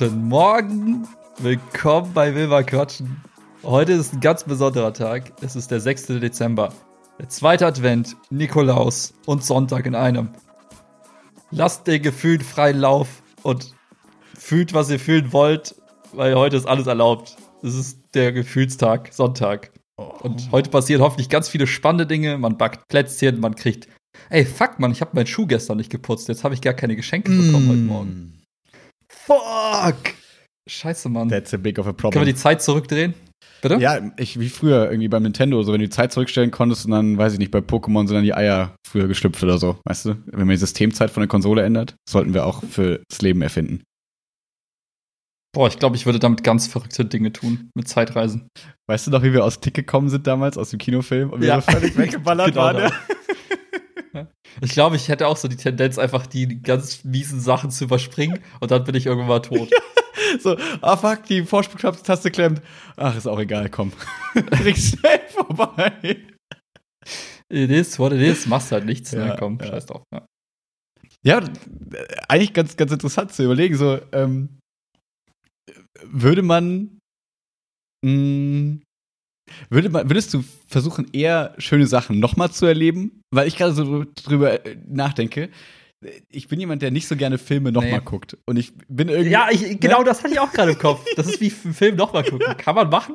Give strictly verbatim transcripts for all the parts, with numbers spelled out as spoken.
Guten Morgen, willkommen bei Wilma Quatschen. Heute ist ein ganz besonderer Tag. Es ist der sechste Dezember. Der zweite Advent, Nikolaus und Sonntag in einem. Lasst den Gefühlen freien Lauf und fühlt, was ihr fühlen wollt, weil heute ist alles erlaubt. Es ist der Gefühlstag, Sonntag. Und heute passieren hoffentlich ganz viele spannende Dinge. Man backt Plätzchen, man kriegt. Ey, fuck, Mann, ich habe meinen Schuh gestern nicht geputzt. Jetzt habe ich gar keine Geschenke bekommen mm. heute Morgen. Fuck! Scheiße, Mann. That's a big of a problem. Können wir die Zeit zurückdrehen? Bitte? Ja, ich, wie früher irgendwie beim Nintendo, so wenn du die Zeit zurückstellen konntest und dann, weiß ich nicht, bei Pokémon sind dann die Eier früher geschlüpft oder so, weißt du? Wenn man die Systemzeit von der Konsole ändert, sollten wir auch für das Leben erfinden. Boah, ich glaube, ich würde damit ganz verrückte Dinge tun, mit Zeitreisen. Weißt du noch, wie wir aus Tick gekommen sind damals, aus dem Kinofilm? Und wir ja. so völlig weggeballert genau waren. Ja. Ich glaube, ich hätte auch so die Tendenz, einfach die ganz miesen Sachen zu überspringen und dann bin ich irgendwann mal tot. Ja. So, ah fuck, die Vorspultaste klemmt. Ach, ist auch egal, komm. Richtig schnell vorbei. It is what it is, machst halt nichts. Ja, ne? Komm, ja. scheiß drauf. Ja. ja, eigentlich ganz, ganz interessant zu überlegen, so, ähm, würde man, mh, würde man, würdest du versuchen, eher schöne Sachen nochmal zu erleben? Weil ich gerade so drüber nachdenke. Ich bin jemand, der nicht so gerne Filme nochmal nee. guckt. Und ich bin irgendwie. Ja, ich, genau ne? das hatte ich auch gerade im Kopf. Das ist wie einen Film nochmal gucken. Kann man machen?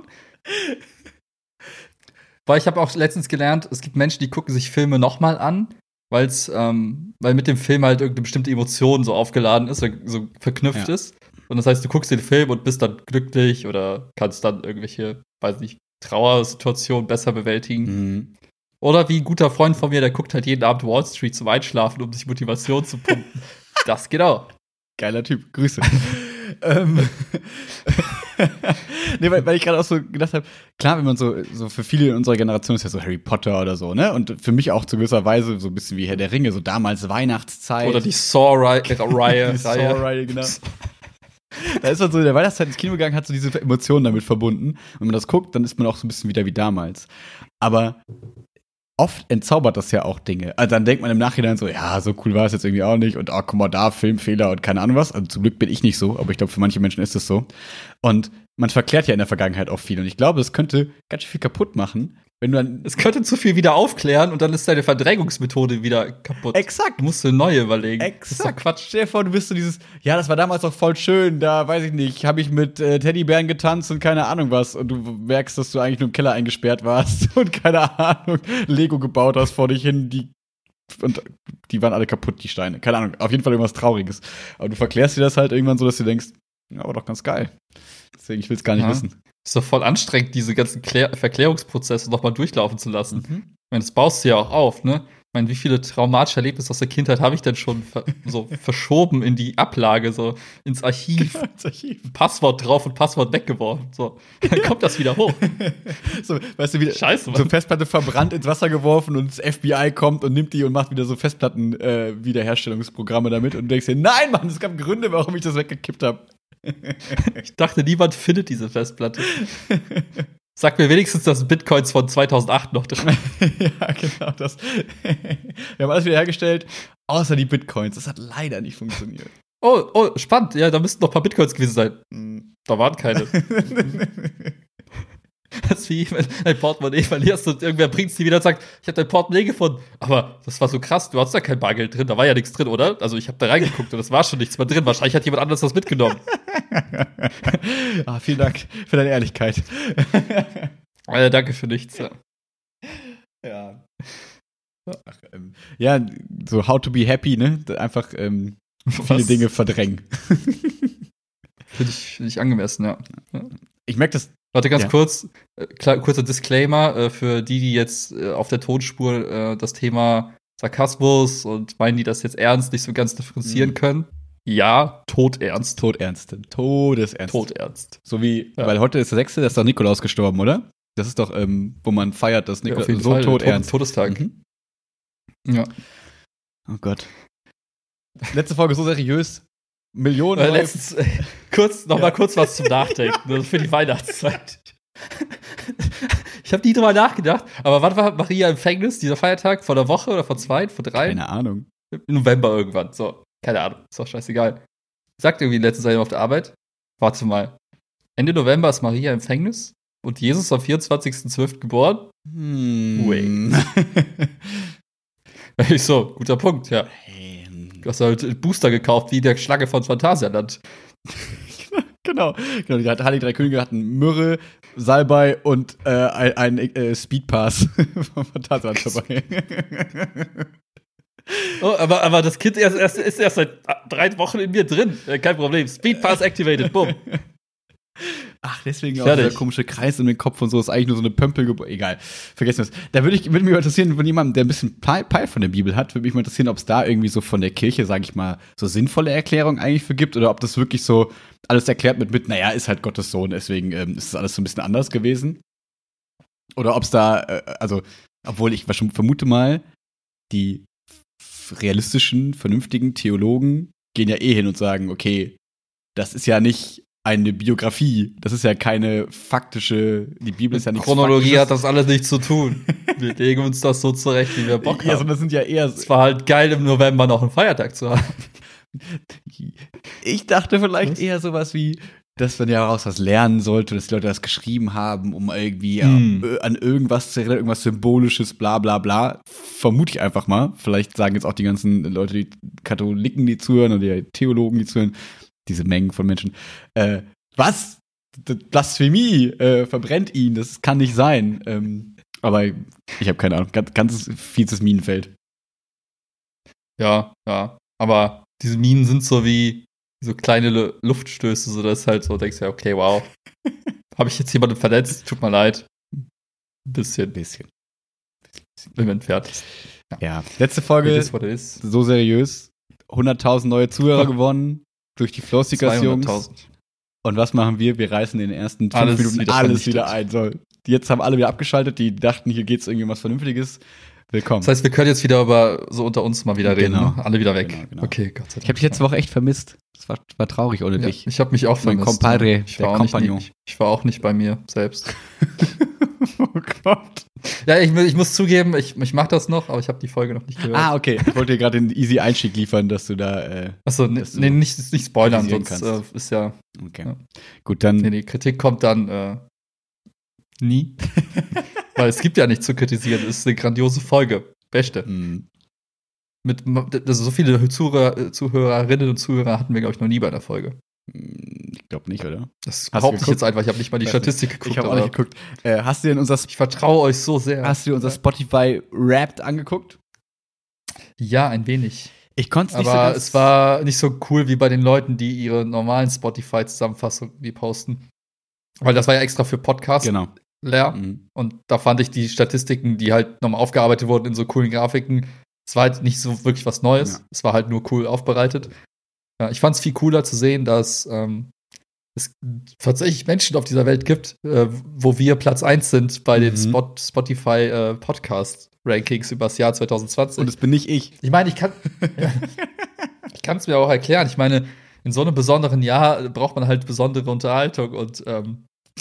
Weil ich habe auch letztens gelernt, es gibt Menschen, die gucken sich Filme nochmal an, weil's, ähm, weil mit dem Film halt irgendeine bestimmte Emotion so aufgeladen ist, so verknüpft ja. ist. Und das heißt, du guckst den Film und bist dann glücklich oder kannst dann irgendwelche, weiß nicht, Trauersituationen besser bewältigen. Mhm. Oder wie ein guter Freund von mir, der guckt halt jeden Abend Wall Street zum Einschlafen, um sich Motivation zu pumpen. Das geht auch. Geiler Typ, Grüße. ähm. nee, weil, weil ich gerade auch so gedacht habe, klar, wenn man so, so für viele in unserer Generation ist ja so Harry Potter oder so, ne? Und für mich auch zu gewisser Weise so ein bisschen wie Herr der Ringe, so damals Weihnachtszeit. Oder die Saw-Reihe. die Saw-Reihe, genau. Da ist man so in der Weihnachtszeit ins Kino gegangen, hat so diese Emotionen damit verbunden. Und wenn man das guckt, dann ist man auch so ein bisschen wieder wie damals. Aber oft entzaubert das ja auch Dinge. Also dann denkt man im Nachhinein so, ja, so cool war es jetzt irgendwie auch nicht. Und oh, guck mal da, Filmfehler und keine Ahnung was. Also zum Glück bin ich nicht so, aber ich glaube, für manche Menschen ist es so. Und man verklärt ja in der Vergangenheit auch viel. Und ich glaube, es könnte ganz schön viel kaputt machen, wenn du dann. Es könnte zu viel wieder aufklären und dann ist deine Verdrängungsmethode wieder kaputt. Exakt. Du musst eine neue überlegen. Exakt. Das ist doch Quatsch. Stell dir vor, du bist so dieses, ja, das war damals doch voll schön, da, weiß ich nicht, habe ich mit äh, Teddybären getanzt und keine Ahnung was. Und du merkst, dass du eigentlich nur im Keller eingesperrt warst und keine Ahnung, Lego gebaut hast vor dich hin, die und die waren alle kaputt, die Steine. Keine Ahnung, auf jeden Fall irgendwas Trauriges. Aber du verklärst dir das halt irgendwann so, dass du denkst, ja, aber doch ganz geil. Deswegen, ich will es gar nicht ja. wissen. Ist doch voll anstrengend, diese ganzen Klär- Verklärungsprozesse noch mal durchlaufen zu lassen. Mhm. Ich meine, das baust du ja auch auf, ne? Ich meine, wie viele traumatische Erlebnisse aus der Kindheit habe ich denn schon ver- so verschoben in die Ablage, so ins Archiv. Genau, ins Archiv. Passwort drauf und Passwort weggeworfen. So, dann kommt das wieder hoch. So, weißt du, wieder Scheiße, Mann. So Festplatte verbrannt ins Wasser geworfen und das F B I kommt und nimmt die und macht wieder so Festplatten-Wiederherstellungsprogramme äh, damit und du denkst dir, nein, Mann, es gab Gründe, warum ich das weggekippt habe. Ich dachte, niemand findet diese Festplatte. Sag mir wenigstens, dass Bitcoins von zweitausendacht noch drin. Ja, genau das. Wir haben alles wieder hergestellt, außer die Bitcoins. Das hat leider nicht funktioniert. Oh, oh, spannend. Ja, da müssten noch ein paar Bitcoins gewesen sein. Da waren keine. Das ist wie, wenn dein Portemonnaie verlierst und irgendwer bringt es dir wieder und sagt, ich habe dein Portemonnaie gefunden. Aber das war so krass, du hast da kein Bargeld drin, da war ja nichts drin, oder? Also ich habe da reingeguckt und es war schon nichts mehr drin. Wahrscheinlich hat jemand anderes das mitgenommen. Ah, vielen Dank für deine Ehrlichkeit. äh, danke für nichts. Ja. Ja. Ach, ähm, ja, so how to be happy, ne? Einfach ähm, viele Was? Dinge verdrängen. Finde ich, find ich angemessen, ja. ja. Ich merke das. Warte, ganz ja. kurz, äh, klar, kurzer Disclaimer äh, für die, die jetzt äh, auf der Tonspur äh, das Thema Sarkasmus und meinen die das jetzt ernst nicht so ganz differenzieren mhm. können. Ja, todernst. Todernst. Todesernst. Todernst. So wie, ja. weil heute ist der sechste, da ist doch Nikolaus gestorben, oder? Das ist doch, ähm, wo man feiert, dass Nikolaus ja, so Fall, todernst. Tod- Todestag. Mhm. Ja. Oh Gott. Letzte Folge so seriös. Millionen. Äh, letztens, äh, kurz, noch ja. mal kurz was zum Nachdenken. Das ist für die Weihnachtszeit. Ich habe nie drüber nachgedacht. Aber wann war Maria im Gefängnis? Dieser Feiertag? Vor einer Woche oder vor zwei? Vor drei? Keine Ahnung. Im November irgendwann. So, keine Ahnung. Ist doch scheißegal. Sagt irgendwie letztens einer auf der Arbeit. Warte mal. Ende November ist Maria Empfängnis und Jesus am vierundzwanzigsten zwölften geboren? Hm. Wait. Ich so, guter Punkt, ja. Du hast halt Booster gekauft, wie der Schlange von Phantasialand. Genau. genau. Die Heilige Drei Könige hatten Myrrhe, Salbei und äh, ein, ein äh, Speedpass von Phantasialand dabei. Oh, aber, aber das Kind ist erst, ist erst seit drei Wochen in mir drin. Kein Problem. Speedpass activated. Bumm. Ach, deswegen auch Fertig. dieser komische Kreis in den Kopf und so ist eigentlich nur so eine Pömpel. Egal, vergessen wir es. Da würde ich würde mich mal interessieren, von jemandem, der ein bisschen Peil von der Bibel hat, würde mich mal interessieren, ob es da irgendwie so von der Kirche, sage ich mal, so sinnvolle Erklärungen eigentlich für gibt oder ob das wirklich so alles erklärt mit, mit naja, ist halt Gottes Sohn, deswegen ähm, ist das alles so ein bisschen anders gewesen. Oder ob es da, äh, also, obwohl ich schon vermute mal, die realistischen, vernünftigen Theologen gehen ja eh hin und sagen, okay, das ist ja nicht eine Biografie, das ist ja keine faktische, die Bibel ist ja nichts Chronologie hat das alles nichts zu tun. Wir legen uns das so zurecht, wie wir Bock haben. Ja, sondern das sind ja eher. Es war halt geil, im November noch einen Feiertag zu haben. Ich dachte vielleicht Was? eher sowas wie, dass man ja daraus was lernen sollte, dass die Leute das geschrieben haben, um irgendwie Mm. ja, an irgendwas zu erinnern, irgendwas Symbolisches, bla bla bla. Vermute ich einfach mal. Vielleicht sagen jetzt auch die ganzen Leute, die Katholiken, die zuhören, oder die Theologen, die zuhören, diese Mengen von Menschen. Äh, was? D- Blasphemie äh, verbrennt ihn, das kann nicht sein. Ähm, aber ich habe keine Ahnung, ganz, ganz fieses Minenfeld. Ja, ja. Aber diese Minen sind so wie so kleine Lu- Luftstöße, so dass halt so denkst du ja, okay, wow. Habe ich jetzt jemanden verletzt? Tut mir leid. Ein bisschen. Bisschen. Bin entfernt. Ja, letzte Folge, It is what it is. so seriös. hunderttausend neue Zuhörer gewonnen durch die Flowstickers-Jungs. zweihunderttausend. Und was machen wir? Wir reißen in den ersten fünf Alles Minuten wieder alles vernichtet. wieder ein. So, jetzt haben alle wieder abgeschaltet, die dachten, hier geht's irgendwie um was Vernünftiges. Willkommen. Das heißt, wir können jetzt wieder über so unter uns mal wieder reden. Genau. Ne? Alle wieder weg. Genau, genau. Okay, Gott sei Dank. Ich habe dich letzte Woche echt vermisst. Das war, war traurig ohne Ja, dich. ich habe mich auch Mein vermisst. Compadre, ich der war auch nicht, Kompagnon. ich, ich war auch nicht bei mir selbst. Oh Gott. Ja, ich, ich muss zugeben, ich, ich mache das noch, aber ich habe die Folge noch nicht gehört. Ah, okay. Ich wollte dir gerade den easy Einstieg liefern, dass du da. Äh, Achso, nee, dass du nee, nicht, nicht spoilern, kritisieren sonst kannst. äh, ist ja. okay. Ja. Gut, dann. Nee, die Kritik kommt dann äh, nie. Weil es gibt ja nichts zu kritisieren. Es ist eine grandiose Folge. Beste. Hm. Mit, also so viele Zuhörer, Zuhörerinnen und Zuhörer hatten wir, glaube ich, noch nie bei einer Folge. Ich glaube nicht, oder? Das Hast du behaupte ich geguckt? jetzt einfach. Ich habe nicht mal die Weiß nicht. Statistik geguckt. Ich habe auch aber nicht geguckt. Äh, hast du dir in unser, Ich vertraue euch so sehr. hast du dir unser Spotify Wrapped angeguckt? Ja, ein wenig. Ich konnte es nicht Aber so ganz. es war nicht so cool wie bei den Leuten, die ihre normalen Spotify-Zusammenfassungen wie posten. Weil das war ja extra für Podcasts Genau. leer. Mhm. Und da fand ich die Statistiken, die halt nochmal aufgearbeitet wurden in so coolen Grafiken, es war halt nicht so wirklich was Neues. Ja. Es war halt nur cool aufbereitet. Ja, ich fand es viel cooler zu sehen, dass ähm, es tatsächlich Menschen auf dieser Welt gibt, äh, wo wir Platz eins sind bei den Mhm. Spot Spotify äh, Podcast Rankings übers Jahr zwanzig zwanzig. Und es bin nicht ich. Ich meine, ich kann ja, ich kann es mir auch erklären. Ich meine, in so einem besonderen Jahr braucht man halt besondere Unterhaltung und ähm,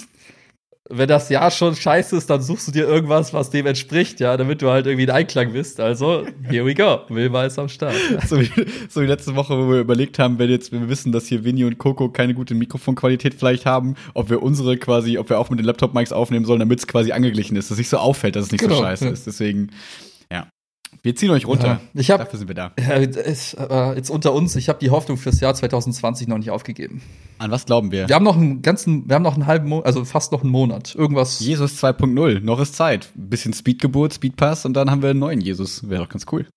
wenn das Jahr schon scheiße ist, dann suchst du dir irgendwas, was dem entspricht, ja, damit du halt irgendwie in Einklang bist. Also, here we go. Wilma ist am Start. Ja. So wie, so wie letzte Woche, wo wir überlegt haben, wenn jetzt, wenn wir wissen, dass hier Vinny und Coco keine gute Mikrofonqualität vielleicht haben, ob wir unsere quasi, ob wir auch mit den Laptop-Mics aufnehmen sollen, damit es quasi angeglichen ist, dass es nicht so auffällt, dass es nicht Genau, so scheiße ja. ist. Deswegen, ja. Wir ziehen euch runter. Ja, ich hab- Dafür sind wir da. Ja, ist, äh, jetzt unter uns, ich habe die Hoffnung fürs Jahr zwanzig zwanzig noch nicht aufgegeben. An was glauben wir? Wir haben noch einen ganzen, wir haben noch einen halben Monat, also fast noch einen Monat. Irgendwas. Jesus zwei Punkt null, noch ist Zeit. Ein bisschen Speedgeburt, Speedpass und dann haben wir einen neuen Jesus. Wäre doch ganz cool.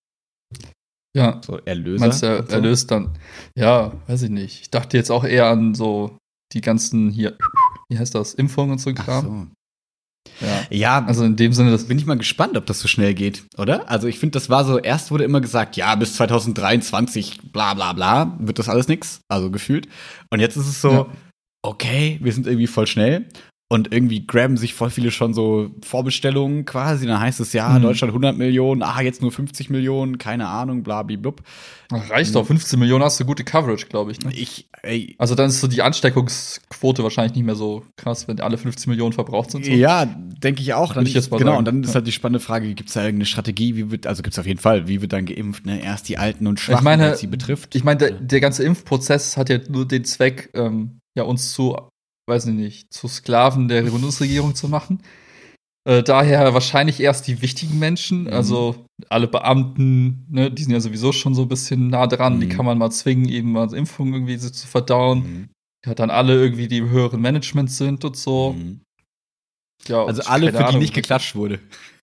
Ja. So, Erlöser. Meinst du, er, und so. er löst dann? Ja, weiß ich nicht. Ich dachte jetzt auch eher an so die ganzen hier, wie heißt das, Impfungen und so ein Ach Kram. so. Ja. Ja, Also in dem Sinne, das bin ich mal gespannt, ob das so schnell geht, oder? Also ich finde, das war so, erst wurde immer gesagt, ja, bis zwanzig dreiundzwanzig, bla bla bla, wird das alles nix, also gefühlt. Und jetzt ist es so, Ja. okay, wir sind irgendwie voll schnell. Und irgendwie graben sich voll viele schon so Vorbestellungen quasi. Dann heißt es, ja, mhm. Deutschland hundert Millionen, ah, jetzt nur fünfzig Millionen, keine Ahnung, blablabla. Reicht doch, fünfzehn Millionen hast du gute Coverage, glaube ich. Ne? Ich, ey. Also dann ist so die Ansteckungsquote wahrscheinlich nicht mehr so krass, wenn alle fünfzig Millionen verbraucht sind. So. Ja, denke ich auch. Dann, ich jetzt mal genau, sagen. Und dann ist ja. halt die spannende Frage, gibt es da irgendeine Strategie, wie wird, also gibt es auf jeden Fall, wie wird dann geimpft, ne? Erst die Alten und Schwachen, ich meine, was sie betrifft. Ich meine, der, der ganze Impfprozess hat ja nur den Zweck, ähm, ja, uns zu, weiß ich nicht, zu Sklaven der Bundesregierung zu machen. Äh, daher wahrscheinlich erst die wichtigen Menschen, mhm. also alle Beamten, ne, die sind ja sowieso schon so ein bisschen nah dran, mhm. die kann man mal zwingen, eben mal Impfungen irgendwie so zu verdauen. Mhm. Ja, dann alle irgendwie, die im höheren Management sind und so. Mhm. Ja, also alle, für Ahnung, die nicht geklatscht wurde.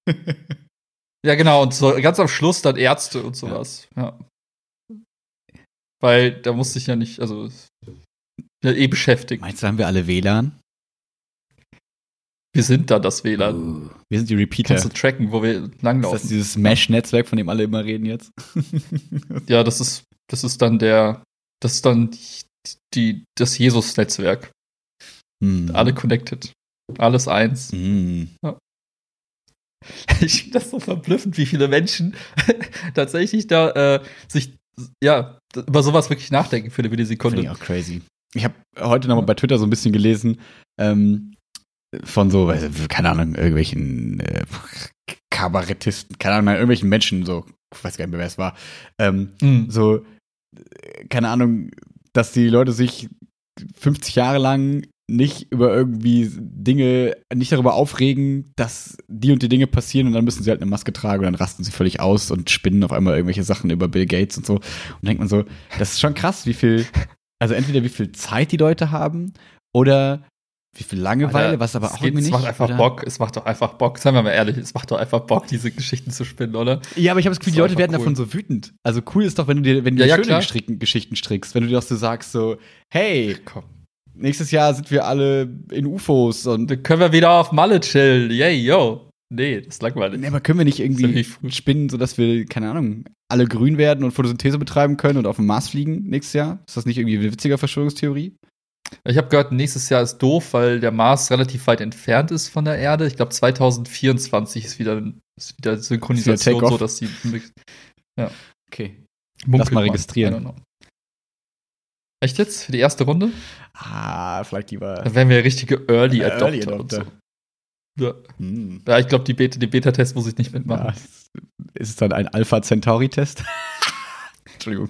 Ja, genau, und so ganz am Schluss dann Ärzte und sowas. Ja. ja. Weil da musste ich ja nicht, also ja, eh beschäftigt. Meinst du, haben wir alle W L A N? Wir sind da das W L A N. Uh, wir sind die Repeater. Kannst du tracken, wo wir langlaufen. Ist das dieses Mesh-Netzwerk, von dem alle immer reden jetzt? Ja, das ist, das ist dann der, das ist dann die, die das Jesus-Netzwerk. Mm. Alle connected. Alles eins. Mm. Ja. Ich finde das so verblüffend, wie viele Menschen tatsächlich da äh, sich, ja, über sowas wirklich nachdenken für eine Millisekunde. Finde ich auch crazy. Ich habe heute noch mal bei Twitter so ein bisschen gelesen, ähm, von so, keine Ahnung, irgendwelchen äh, Kabarettisten, keine Ahnung, irgendwelchen Menschen, so, ich weiß gar nicht mehr, wer es war, ähm, mhm. so, keine Ahnung, dass die Leute sich fünfzig Jahre lang nicht über irgendwie Dinge, nicht darüber aufregen, dass die und die Dinge passieren und dann müssen sie halt eine Maske tragen und dann rasten sie völlig aus und spinnen auf einmal irgendwelche Sachen über Bill Gates und so. Und denkt man so, das ist schon krass, wie viel, also entweder wie viel Zeit die Leute haben oder wie viel Langeweile, Alter, was aber auch irgendwie nicht. Es macht einfach oder? Bock, es macht doch einfach Bock, seien wir mal ehrlich, es macht doch einfach Bock, diese Geschichten zu spinnen, oder? Ja, aber ich habe das Gefühl, die Leute werden cool. davon so wütend. Also cool ist doch, wenn du dir, wenn du ja, dir ja, schöne Stricken, Geschichten strickst, wenn du dir auch so sagst, so, hey, komm. Nächstes Jahr sind wir alle in U F Os und dann können wir wieder auf Malle chillen. Yay, yo. Nee, das ist langweilig. Nee, aber können wir nicht irgendwie spinnen, sodass wir, keine Ahnung, alle grün werden und Photosynthese betreiben können und auf den Mars fliegen nächstes Jahr? Ist das nicht irgendwie eine witzige Verschwörungstheorie? Ich habe gehört, nächstes Jahr ist doof, weil der Mars relativ weit entfernt ist von der Erde. Ich glaube, zwanzig vierundzwanzig ist wieder, ist wieder Synchronisation, wieder so dass die. Ja. Okay. Munkelt Lass mal registrieren. Echt jetzt? Für die erste Runde? Ah, vielleicht lieber. Dann wären wir richtige Early Adopter. Early Adopter. Und so. Ja. Hm. Ja, ich glaube, die Beta, den Beta-Test muss ich nicht mitmachen. Ja, ist es dann ein Alpha Centauri-Test? Entschuldigung.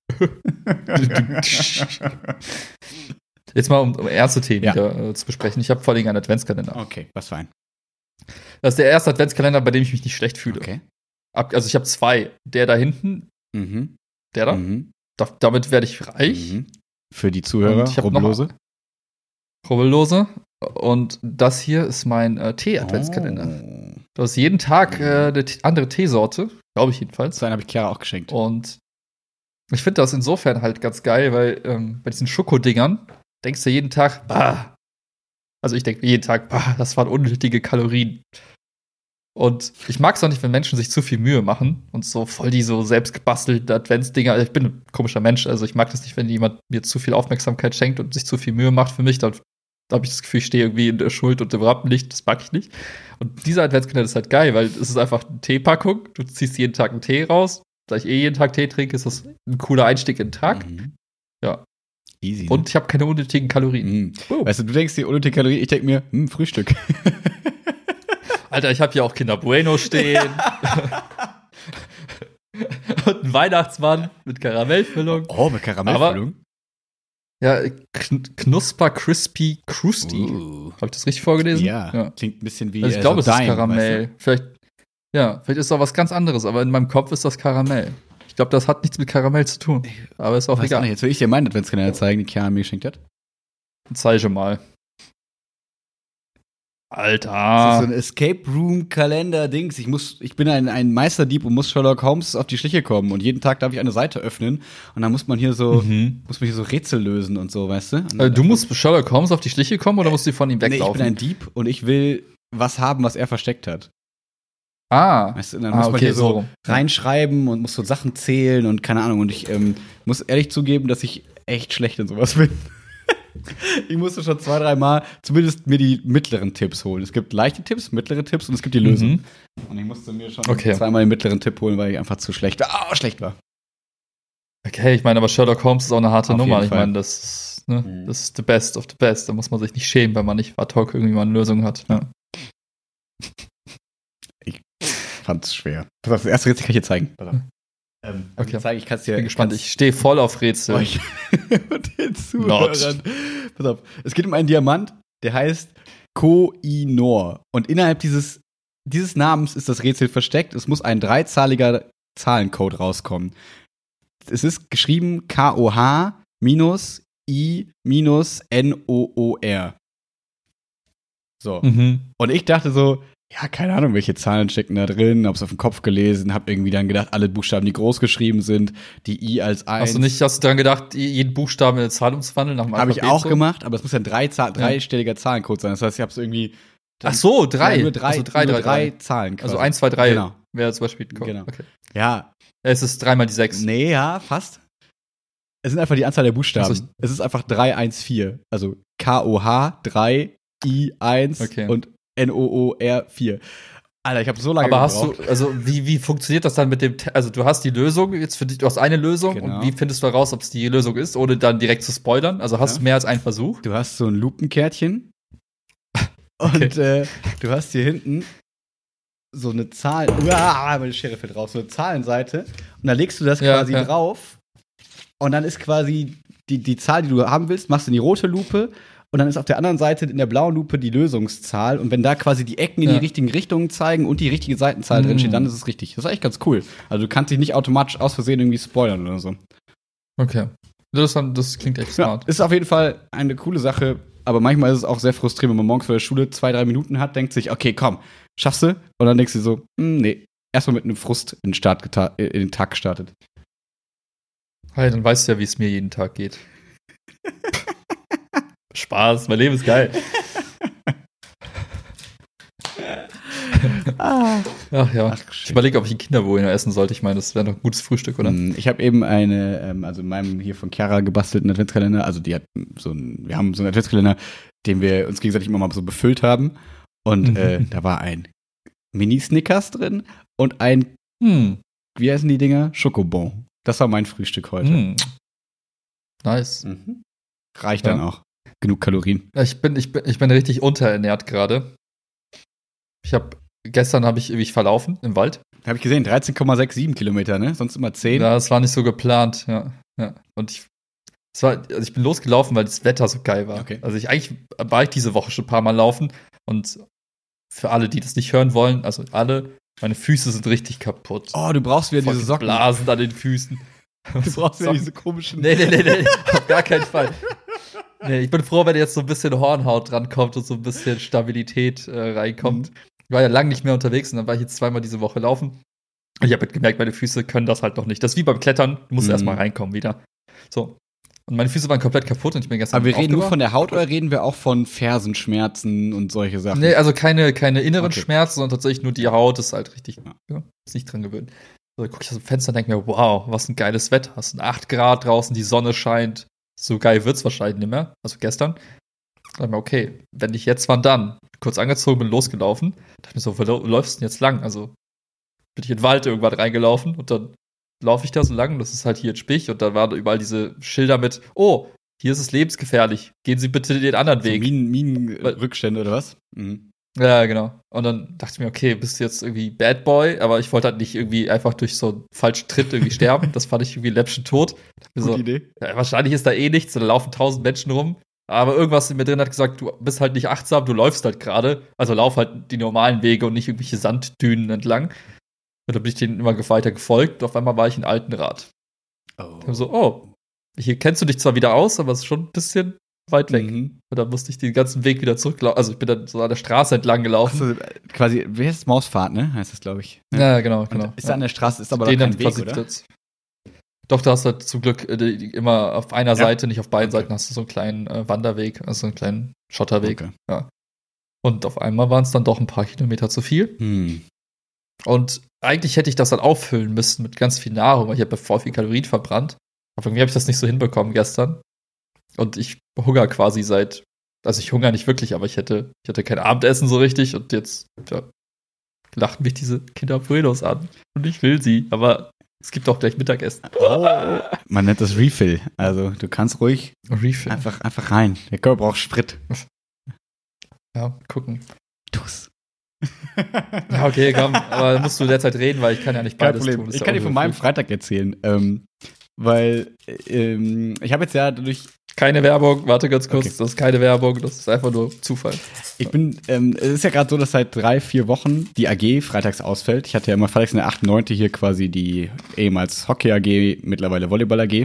Jetzt mal, um, um erste Themen ja. wieder äh, zu besprechen. Ich habe vor allem einen Adventskalender. Okay, was für ein? Das ist der erste Adventskalender, bei dem ich mich nicht schlecht fühle. Okay. Ab, also ich habe zwei. Der da hinten. Mhm. Der da. Mhm. Da, damit werde ich reich. Mhm. Für die Zuhörer, Rubbellose. Rubbellose. Und das hier ist mein äh, Tee-Adventskalender. Oh. Du hast jeden Tag äh, eine t- andere Teesorte. Glaube ich jedenfalls. So einen habe ich Chiara auch geschenkt. Und ich finde das insofern halt ganz geil, weil ähm, bei diesen Schokodingern denkst du jeden Tag, bah. Also ich denke jeden Tag, bah, das waren unnötige Kalorien. Und ich mag es auch nicht, wenn Menschen sich zu viel Mühe machen und so voll die so selbst gebastelten Adventsdinger. Ich bin ein komischer Mensch, also ich mag das nicht, wenn jemand mir zu viel Aufmerksamkeit schenkt und sich zu viel Mühe macht für mich. Dann da habe ich das Gefühl, ich stehe irgendwie in der Schuld und im Rampenlicht. Das mag ich nicht. Und dieser Adventskalender ist halt geil, weil es ist einfach eine Teepackung. Du ziehst jeden Tag einen Tee raus. Da ich eh jeden Tag Tee trinke, ist das ein cooler Einstieg in den Tag. Mhm. Ja. Easy. Und ich habe keine unnötigen Kalorien. Mhm. Oh. Weißt du, du denkst dir unnötige Kalorien, ich denke mir, hm, Frühstück. Alter, ich habe hier auch Kinder Bueno stehen. Und einen Weihnachtsmann mit Karamellfüllung. Oh, mit Karamellfüllung? Ja, Kn- Knusper Crispy Krusty. Uh. Habe ich das richtig vorgelesen? Ja, ja. Klingt ein bisschen wie also ich äh, glaube, so es Dime, ist Karamell. Weißt du? Vielleicht, ja, vielleicht ist es auch was ganz anderes, aber in meinem Kopf ist das Karamell. Ich glaube, das hat nichts mit Karamell zu tun. Aber ist auch weiß egal. Nicht, jetzt will ich dir meinen Adventskalender zeigen, die Chiara mir geschenkt hat. Zeige mal. Alter. Das ist so ein Escape Room Kalender Dings. Ich muss, ich bin ein, ein Meisterdieb und muss Sherlock Holmes auf die Schliche kommen und jeden Tag darf ich eine Seite öffnen und dann muss man hier so, mhm. muss man hier so Rätsel lösen und so, weißt du? Also, du musst Sherlock Holmes auf die Schliche kommen oder musst du von ihm weglaufen? Nee, ich bin ein Dieb und ich will was haben, was er versteckt hat. Ah. Weißt du, und dann ah, muss man okay, hier so so reinschreiben und muss so Sachen zählen und keine Ahnung. Und ich ähm, muss ehrlich zugeben, dass ich echt schlecht in sowas bin. Ich musste schon zwei, drei Mal zumindest mir die mittleren Tipps holen. Es gibt leichte Tipps, mittlere Tipps und es gibt die Lösung. Mhm. Und ich musste mir schon okay. zweimal den mittleren Tipp holen, weil ich einfach zu schlecht war. Oh, schlecht war. Okay, ich meine, aber Sherlock Holmes ist auch eine harte Auf Nummer. Ich meine, das ist, ne, mhm. das ist the best of the best. Da muss man sich nicht schämen, wenn man nicht ad hoc irgendwie mal eine Lösung hat. Ja. Ich fand's schwer. Pass auf, das erste Rätsel kann ich dir zeigen. Pass auf. Ähm, okay. Ich, zeige, ich kann's dir. Ich bin gespannt. Ich stehe voll auf Rätsel. Und den Zuhörern. Pass auf. Es geht um einen Diamant, der heißt Koh-i-Noor. Und innerhalb dieses, dieses Namens ist das Rätsel versteckt. Es muss ein dreizahliger Zahlencode rauskommen. Es ist geschrieben K O H minus I minus N O O R. So. Mhm. Und ich dachte so, ja, keine Ahnung, welche Zahlen stecken da drin, hab's auf den Kopf gelesen, hab irgendwie dann gedacht, alle Buchstaben, die groß geschrieben sind, die I als eins. Hast du nicht, hast du dann gedacht, jeden Buchstaben in eine Zahl umzuwandeln nach dem Alphabet? Hab ich auch so? gemacht, aber es muss ja ein drei Zahl- dreistelliger Zahlencode sein. Das heißt, ich hab's irgendwie. Ach so, drei. Ja, nur drei, also drei, nur drei, drei drei Zahlen quasi. Also eins, zwei, drei genau. wäre zum Beispiel gekommen. Genau. Okay. Ja. Es ist dreimal die sechs. Nee, ja, fast. Es sind einfach die Anzahl der Buchstaben. Also es ist einfach drei eins vier. Also K O H drei, I eins okay. und N O O R vier. Alter, ich habe so lange Aber gebraucht. hast du, also wie, wie funktioniert das dann mit dem, also du hast die Lösung, jetzt für dich, du hast eine Lösung genau. und wie findest du heraus, ob es die Lösung ist, ohne dann direkt zu spoilern? Also hast ja. du mehr als einen Versuch? Du hast so ein Lupenkärtchen okay. und äh, du hast hier hinten so eine Zahl, uah, meine Schere fällt raus, so eine Zahlenseite und da legst du das ja, quasi ja. drauf und dann ist quasi die, die Zahl, die du haben willst, machst du in die rote Lupe. Und dann ist auf der anderen Seite in der blauen Lupe die Lösungszahl. Und wenn da quasi die Ecken in ja. die richtigen Richtungen zeigen und die richtige Seitenzahl mm. drin steht, dann ist es richtig. Das ist eigentlich ganz cool. Also du kannst dich nicht automatisch aus Versehen irgendwie spoilern oder so. Okay. Das, das klingt echt smart. Ja, ist auf jeden Fall eine coole Sache. Aber manchmal ist es auch sehr frustrierend, wenn man morgens vor der Schule zwei, drei Minuten hat, denkt sich, okay, komm, schaffst du? Und dann denkst du so, hm, nee, erstmal mit einem Frust in den, Start geta- in den Tag gestartet. Hey, dann weißt du ja, wie es mir jeden Tag geht. Spaß, mein Leben ist geil. ah. Ach ja. Ach, ich überlege, ob ich ein Kinderwohnung essen sollte. Ich meine, das wäre doch ein gutes Frühstück, oder? Ich habe eben eine, ähm, also in meinem hier von Chiara gebastelten Adventskalender, also die hat so ein, wir haben so einen Adventskalender, den wir uns gegenseitig immer mal so befüllt haben. Und äh, da war ein Mini-Snickers drin und ein, hm. wie heißen die Dinger? Schokobon. Das war mein Frühstück heute. Hm. Nice. Mhm. Reicht ja. dann auch. Genug Kalorien. Ich bin, ich bin, ich bin richtig unterernährt gerade. Ich habe, gestern habe ich mich verlaufen im Wald. Habe ich gesehen, dreizehn Komma siebenundsechzig Kilometer, ne? Sonst immer zehn. Ja, das war nicht so geplant, ja. ja. Und ich, es war, also ich bin losgelaufen, weil das Wetter so geil war. Okay. Also ich, eigentlich war ich diese Woche schon ein paar Mal laufen. Und für alle, die das nicht hören wollen, also alle, meine Füße sind richtig kaputt. Oh, du brauchst wieder diese Socken. Blasen an den Füßen. Du brauchst wieder diese komischen. Nee, nee, nee, nee, auf gar keinen Fall. Nee, ich bin froh, wenn jetzt so ein bisschen Hornhaut drankommt und so ein bisschen Stabilität äh, reinkommt. Mhm. Ich war ja lange nicht mehr unterwegs und dann war ich jetzt zweimal diese Woche laufen. Und ich habe halt gemerkt, meine Füße können das halt noch nicht. Das ist wie beim Klettern, du musst mhm. erstmal reinkommen wieder. So. Und meine Füße waren komplett kaputt und ich bin gestern Aber wir reden nur von der Haut oder reden wir auch von Fersenschmerzen und solche Sachen? Nee, also keine, keine inneren okay. Schmerzen, sondern tatsächlich nur die Haut ist halt richtig, ja. Ja, ist nicht dran gewöhnt. So, guck ich aus dem Fenster und denke mir, wow, was ein geiles Wetter. Es sind acht Grad draußen, die Sonne scheint. So geil wird's wahrscheinlich nicht mehr. Also gestern. Da dachte ich mir, okay, wenn ich jetzt, wann dann? Kurz angezogen, bin losgelaufen. Da dachte ich mir so, wo läufst du denn jetzt lang? Also bin ich in den Wald irgendwann reingelaufen und dann laufe ich da so lang. Das ist halt hier in Spich und da waren überall diese Schilder mit, oh, hier ist es lebensgefährlich. Gehen Sie bitte den anderen Weg. So Minen, Minenrückstände oder was? Mhm. Ja, genau. Und dann dachte ich mir, okay, bist du jetzt irgendwie Bad Boy, aber ich wollte halt nicht irgendwie einfach durch so einen falschen Tritt irgendwie sterben. Das fand ich irgendwie läppschen tot. Gute so, Idee. Ja, wahrscheinlich ist da eh nichts, da laufen tausend Menschen rum. Aber irgendwas in mir drin hat gesagt, du bist halt nicht achtsam, du läufst halt gerade. Also lauf halt die normalen Wege und nicht irgendwelche Sanddünen entlang. Und dann bin ich denen immer weiter gefolgt. Und auf einmal war ich in Altenrad. Oh. Ich hab so, oh, hier kennst du dich zwar wieder aus, aber es ist schon ein bisschen weit weg. Mhm. Und dann musste ich den ganzen Weg wieder zurücklaufen. Also ich bin dann so an der Straße entlang gelaufen. Ach so, quasi, wie heißt es? Mausfahrt, ne? Heißt das, glaube ich. Ja, ja genau, genau. Und ist ja. an der Straße, ist aber doch kein Weg, oder? Jetzt. Doch, du hast halt zum Glück äh, immer auf einer ja. Seite, nicht auf beiden okay. Seiten hast du so einen kleinen äh, Wanderweg, also einen kleinen Schotterweg. Okay. Ja. Und auf einmal waren es dann doch ein paar Kilometer zu viel. Hm. Und eigentlich hätte ich das dann auffüllen müssen mit ganz viel Nahrung, weil ich habe voll viel Kalorien verbrannt. Aber irgendwie habe ich das nicht so hinbekommen gestern. Und ich hungere quasi seit, also ich hungere nicht wirklich, aber ich hätte, ich hatte kein Abendessen so richtig und jetzt ja, lachten mich diese Kinder Buenos an. Und ich will sie, aber es gibt auch gleich Mittagessen. Oh. Man nennt das Refill. Also du kannst ruhig Refill. Einfach, einfach rein. Der Körper braucht Sprit. Ja, gucken. Tu's. Ja, okay, komm, aber musst du derzeit reden, weil ich kann ja nicht beides Kein tun. Problem. Ich kann dir von meinem Freitag erzählen. Ähm, weil ähm, ich habe jetzt ja dadurch. Keine Werbung, warte ganz kurz, Okay. das ist keine Werbung, das ist einfach nur Zufall. Ich bin, ähm, es ist ja gerade so, dass seit drei, vier Wochen die A G freitags ausfällt. Ich hatte ja immer freitags in der acht, neun hier quasi die ehemals Hockey-A G, mittlerweile Volleyball-A G.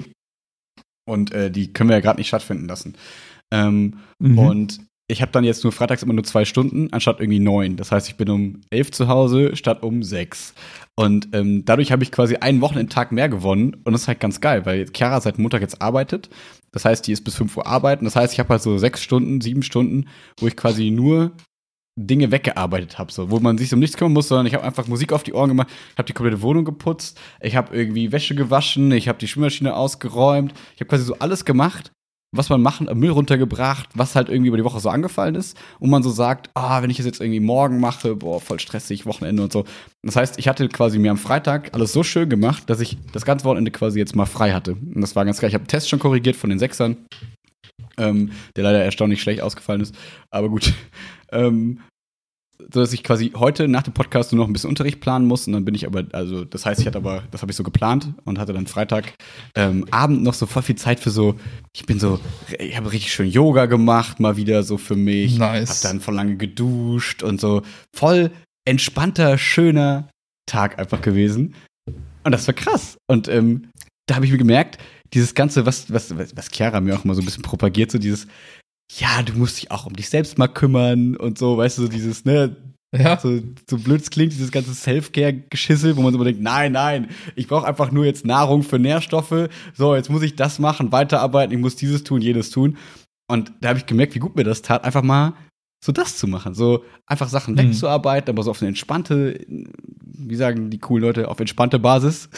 Und äh, die können wir ja gerade nicht stattfinden lassen. Ähm, Mhm. Und ich habe dann jetzt nur freitags immer nur zwei Stunden, anstatt irgendwie neun. Das heißt, ich bin um elf zu Hause, statt um sechs. Und ähm, dadurch habe ich quasi einen Wochenendtag mehr gewonnen. Und das ist halt ganz geil, weil Chiara seit Montag jetzt arbeitet. Das heißt, die ist bis fünf Uhr arbeiten. Das heißt, ich habe halt so sechs Stunden, sieben Stunden, wo ich quasi nur Dinge weggearbeitet habe, so, wo man sich um nichts kümmern muss, sondern ich habe einfach Musik auf die Ohren gemacht, ich habe die komplette Wohnung geputzt, ich habe irgendwie Wäsche gewaschen, ich habe die Spülmaschine ausgeräumt, ich habe quasi so alles gemacht, was man machen, Müll runtergebracht, was halt irgendwie über die Woche so angefallen ist und man so sagt, ah, wenn ich das jetzt irgendwie morgen mache, boah, voll stressig, Wochenende und so. Das heißt, ich hatte quasi mir am Freitag alles so schön gemacht, dass ich das ganze Wochenende quasi jetzt mal frei hatte. Und das war ganz geil. Ich habe einen Test schon korrigiert von den Sechsern, ähm, der leider erstaunlich schlecht ausgefallen ist, aber gut. ähm, so dass ich quasi heute nach dem Podcast nur noch ein bisschen Unterricht planen muss und dann bin ich aber, also das heißt, ich hatte aber, das habe ich so geplant und hatte dann Freitag ähm, Abend noch so voll viel Zeit für so, ich bin so, ich habe richtig schön Yoga gemacht, mal wieder so für mich, Nice. hab dann voll lange geduscht und so, voll entspannter, schöner Tag einfach gewesen und das war krass und ähm, da habe ich mir gemerkt, dieses Ganze, was, was, was Chiara mir auch immer so ein bisschen propagiert, so dieses, ja, du musst dich auch um dich selbst mal kümmern und so, weißt du, so dieses, ne, Ja. so, so blöd es klingt, dieses ganze Self-Care-Geschissel, wo man so denkt, nein, nein, ich brauche einfach nur jetzt Nahrung für Nährstoffe, so, jetzt muss ich das machen, weiterarbeiten, ich muss dieses tun, jenes tun. Und da habe ich gemerkt, wie gut mir das tat, einfach mal so das zu machen, so einfach Sachen Mhm. wegzuarbeiten, aber so auf eine entspannte, wie sagen die coolen Leute, auf entspannte Basis.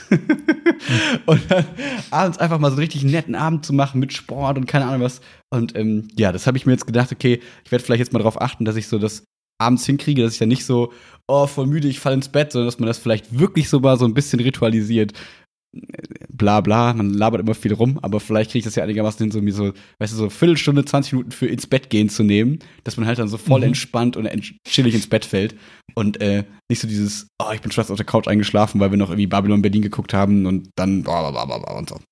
Und dann abends einfach mal so einen richtig netten Abend zu machen mit Sport und keine Ahnung was. Und ähm, ja, das habe ich mir jetzt gedacht, okay, ich werde vielleicht jetzt mal darauf achten, dass ich so das abends hinkriege, dass ich dann nicht so, oh, voll müde, ich falle ins Bett, sondern dass man das vielleicht wirklich so mal so ein bisschen ritualisiert. Bla bla, man labert immer viel rum, aber vielleicht kriege ich das ja einigermaßen hin, so mir so, weißt du, so eine Viertelstunde, zwanzig Minuten für ins Bett gehen zu nehmen, dass man halt dann so voll Mhm. entspannt und ent- chillig ins Bett fällt und äh, nicht so dieses, oh, ich bin schon fast auf der Couch eingeschlafen, weil wir noch irgendwie Babylon Berlin geguckt haben und dann bla bla bla bla und so.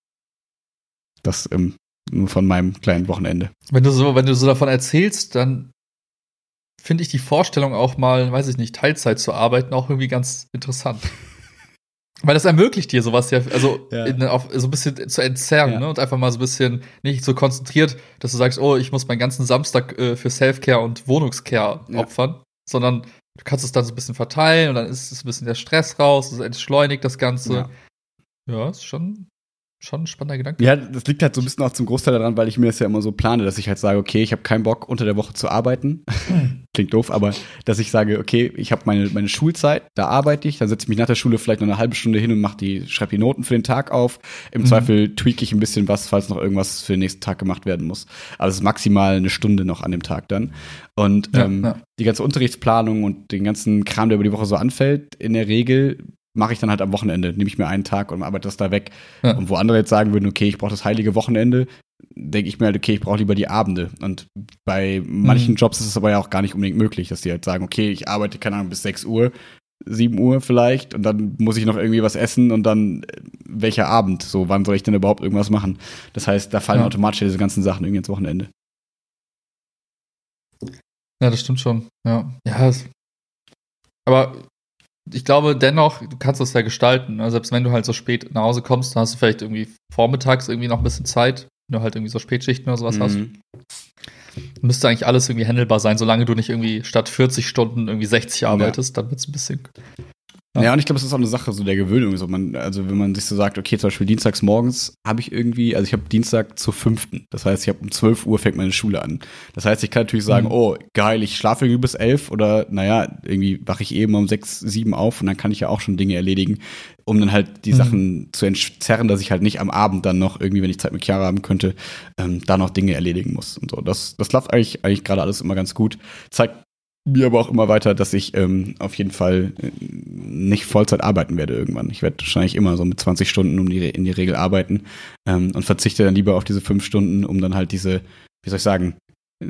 Das ähm, nur von meinem kleinen Wochenende. Wenn du so, wenn du so davon erzählst, dann finde ich die Vorstellung auch mal, weiß ich nicht, Teilzeit zu arbeiten auch irgendwie ganz interessant. Weil das ermöglicht dir sowas ja, also Ja. in, auf, so ein bisschen zu entzerren, Ja. ne? Und einfach mal so ein bisschen nicht so konzentriert, dass du sagst, oh, ich muss meinen ganzen Samstag äh, für Self-Care und Wohnungscare Ja. opfern, sondern du kannst es dann so ein bisschen verteilen und dann ist es ein bisschen der Stress raus, es entschleunigt das Ganze. Ja. Ja, ist schon, schon ein spannender Gedanke. Ja, das liegt halt so ein bisschen auch zum Großteil daran, weil ich mir das ja immer so plane, dass ich halt sage, okay, ich habe keinen Bock, unter der Woche zu arbeiten. Klingt doof, aber dass ich sage, okay, ich habe meine, meine Schulzeit, da arbeite ich, dann setze ich mich nach der Schule vielleicht noch eine halbe Stunde hin und mache die, schreibe die Noten für den Tag auf. Im Mhm. Zweifel tweak ich ein bisschen was, falls noch irgendwas für den nächsten Tag gemacht werden muss. Aber es ist maximal eine Stunde noch an dem Tag dann. Und Ja, ähm, ja. die ganze Unterrichtsplanung und den ganzen Kram, der über die Woche so anfällt, in der Regel mache ich dann halt am Wochenende, nehme ich mir einen Tag und arbeite das da weg. Ja. Und wo andere jetzt sagen würden, okay, ich brauche das heilige Wochenende, denke ich mir halt, okay, ich brauche lieber die Abende. Und bei manchen Mhm. Jobs ist es aber ja auch gar nicht unbedingt möglich, dass die halt sagen, okay, ich arbeite, keine Ahnung, bis sechs Uhr, sieben Uhr vielleicht und dann muss ich noch irgendwie was essen und dann äh, welcher Abend? So, wann soll ich denn überhaupt irgendwas machen? Das heißt, da fallen Ja. automatisch diese ganzen Sachen irgendwie ins Wochenende. Ja, das stimmt schon. Ja. Ja, es, aber ich glaube dennoch, du kannst das ja gestalten. Also selbst wenn du halt so spät nach Hause kommst, dann hast du vielleicht irgendwie vormittags irgendwie noch ein bisschen Zeit, wenn du halt irgendwie so Spätschichten oder sowas hast. Mhm. Müsste eigentlich alles irgendwie handelbar sein, solange du nicht irgendwie statt vierzig Stunden irgendwie sechzig arbeitest, dann wird's ein bisschen, Ja, ja und ich glaube, es ist auch eine Sache so der Gewöhnung. So man, also wenn man sich so sagt, okay, zum Beispiel dienstags morgens habe ich irgendwie, also ich habe Dienstag zur fünften. Das heißt, ich habe um zwölf Uhr fängt meine Schule an. Das heißt, ich kann natürlich sagen, mhm. oh, geil, ich schlafe irgendwie bis elf oder naja, irgendwie wache ich eben um sechs, sieben auf und dann kann ich ja auch schon Dinge erledigen, um dann halt die mhm. Sachen zu entzerren, dass ich halt nicht am Abend dann noch irgendwie, wenn ich Zeit mit Chiara haben könnte, ähm, da noch Dinge erledigen muss und so. Das, das läuft eigentlich, eigentlich gerade alles immer ganz gut. Zeigt mir aber auch immer weiter, dass ich ähm, auf jeden Fall äh, nicht Vollzeit arbeiten werde irgendwann. Ich werde wahrscheinlich immer so mit zwanzig Stunden um die, in die Regel arbeiten ähm, und verzichte dann lieber auf diese fünf Stunden, um dann halt diese, wie soll ich sagen,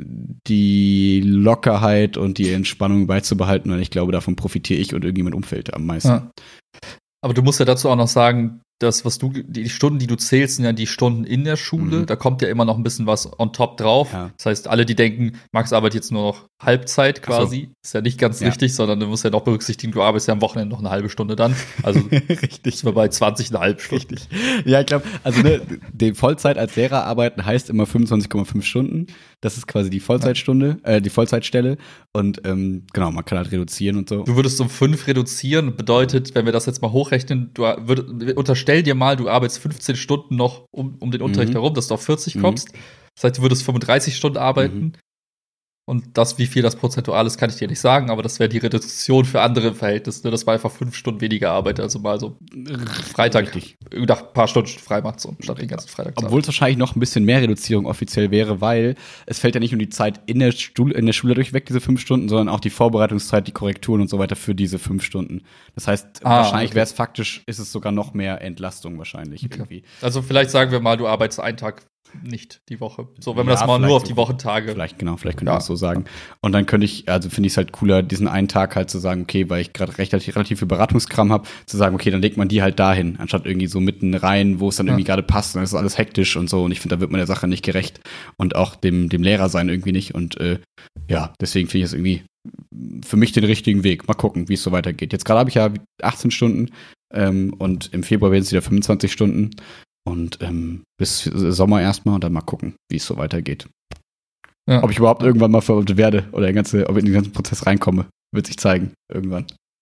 die Lockerheit und die Entspannung beizubehalten, weil ich glaube, davon profitiere ich und irgendwie mein Umfeld am meisten. Ja. Aber du musst ja dazu auch noch sagen, das, was du, die Stunden, die du zählst, sind ja die Stunden in der Schule. Mhm. Da kommt ja immer noch ein bisschen was on top drauf. Ja. Das heißt, alle, die denken, Max arbeitet jetzt nur noch Halbzeit quasi, so. Ist ja nicht ganz ja. richtig, sondern du musst ja noch berücksichtigen, du arbeitest ja am Wochenende noch eine halbe Stunde dann. Also richtig. Sind wir bei zwanzig Komma fünf Stunden. Richtig. Ja, ich glaube, also ne, die Vollzeit als Lehrer arbeiten heißt immer fünfundzwanzig Komma fünf Stunden. Das ist quasi die Vollzeitstunde, äh, die Vollzeitstelle. Und ähm, genau, man kann halt reduzieren und so. Du würdest um fünf reduzieren, bedeutet, wenn wir das jetzt mal hochrechnen, du würd, unterstell dir mal, du arbeitest fünfzehn Stunden noch um, um den Unterricht mhm. herum, dass du auf vierzig mhm. kommst. Das heißt, du würdest fünfunddreißig Stunden arbeiten. Mhm. Und das, wie viel das prozentual ist, kann ich dir nicht sagen, aber das wäre die Reduktion für andere Verhältnisse. Das war einfach fünf Stunden weniger Arbeit, also mal so Freitag, nach ein paar Stunden frei macht, so statt den ganzen Freitag. Obwohl es wahrscheinlich noch ein bisschen mehr Reduzierung offiziell wäre, weil es fällt ja nicht nur die Zeit in der, Stuhl, in der Schule durch weg, diese fünf Stunden, sondern auch die Vorbereitungszeit, die Korrekturen und so weiter für diese fünf Stunden. Das heißt, ah, wahrscheinlich okay. wäre es faktisch, ist es sogar noch mehr Entlastung wahrscheinlich okay. irgendwie. Also vielleicht sagen wir mal, du arbeitest einen Tag nicht die Woche. So, wenn wir ja, das mal nur auf die Wochentage. Vielleicht, genau, vielleicht könnte man ja. das so sagen. Und dann könnte ich, also finde ich es halt cooler, diesen einen Tag halt zu sagen, okay, weil ich gerade recht relativ viel Beratungskram habe, zu sagen, okay, dann legt man die halt dahin, anstatt irgendwie so mitten rein, wo es dann ja. irgendwie gerade passt, dann ist alles hektisch und so. Und ich finde, da wird man der Sache nicht gerecht und auch dem, dem Lehrer sein irgendwie nicht. Und äh, ja, deswegen finde ich es irgendwie für mich den richtigen Weg. Mal gucken, wie es so weitergeht. Jetzt gerade habe ich ja achtzehn Stunden ähm, und im Februar werden es wieder fünfundzwanzig Stunden. Und ähm, bis Sommer erstmal und dann mal gucken, wie es so weitergeht. Ja. Ob ich überhaupt irgendwann mal verurteilt werde oder den ganze, ob ich in den ganzen Prozess reinkomme, wird sich zeigen, irgendwann.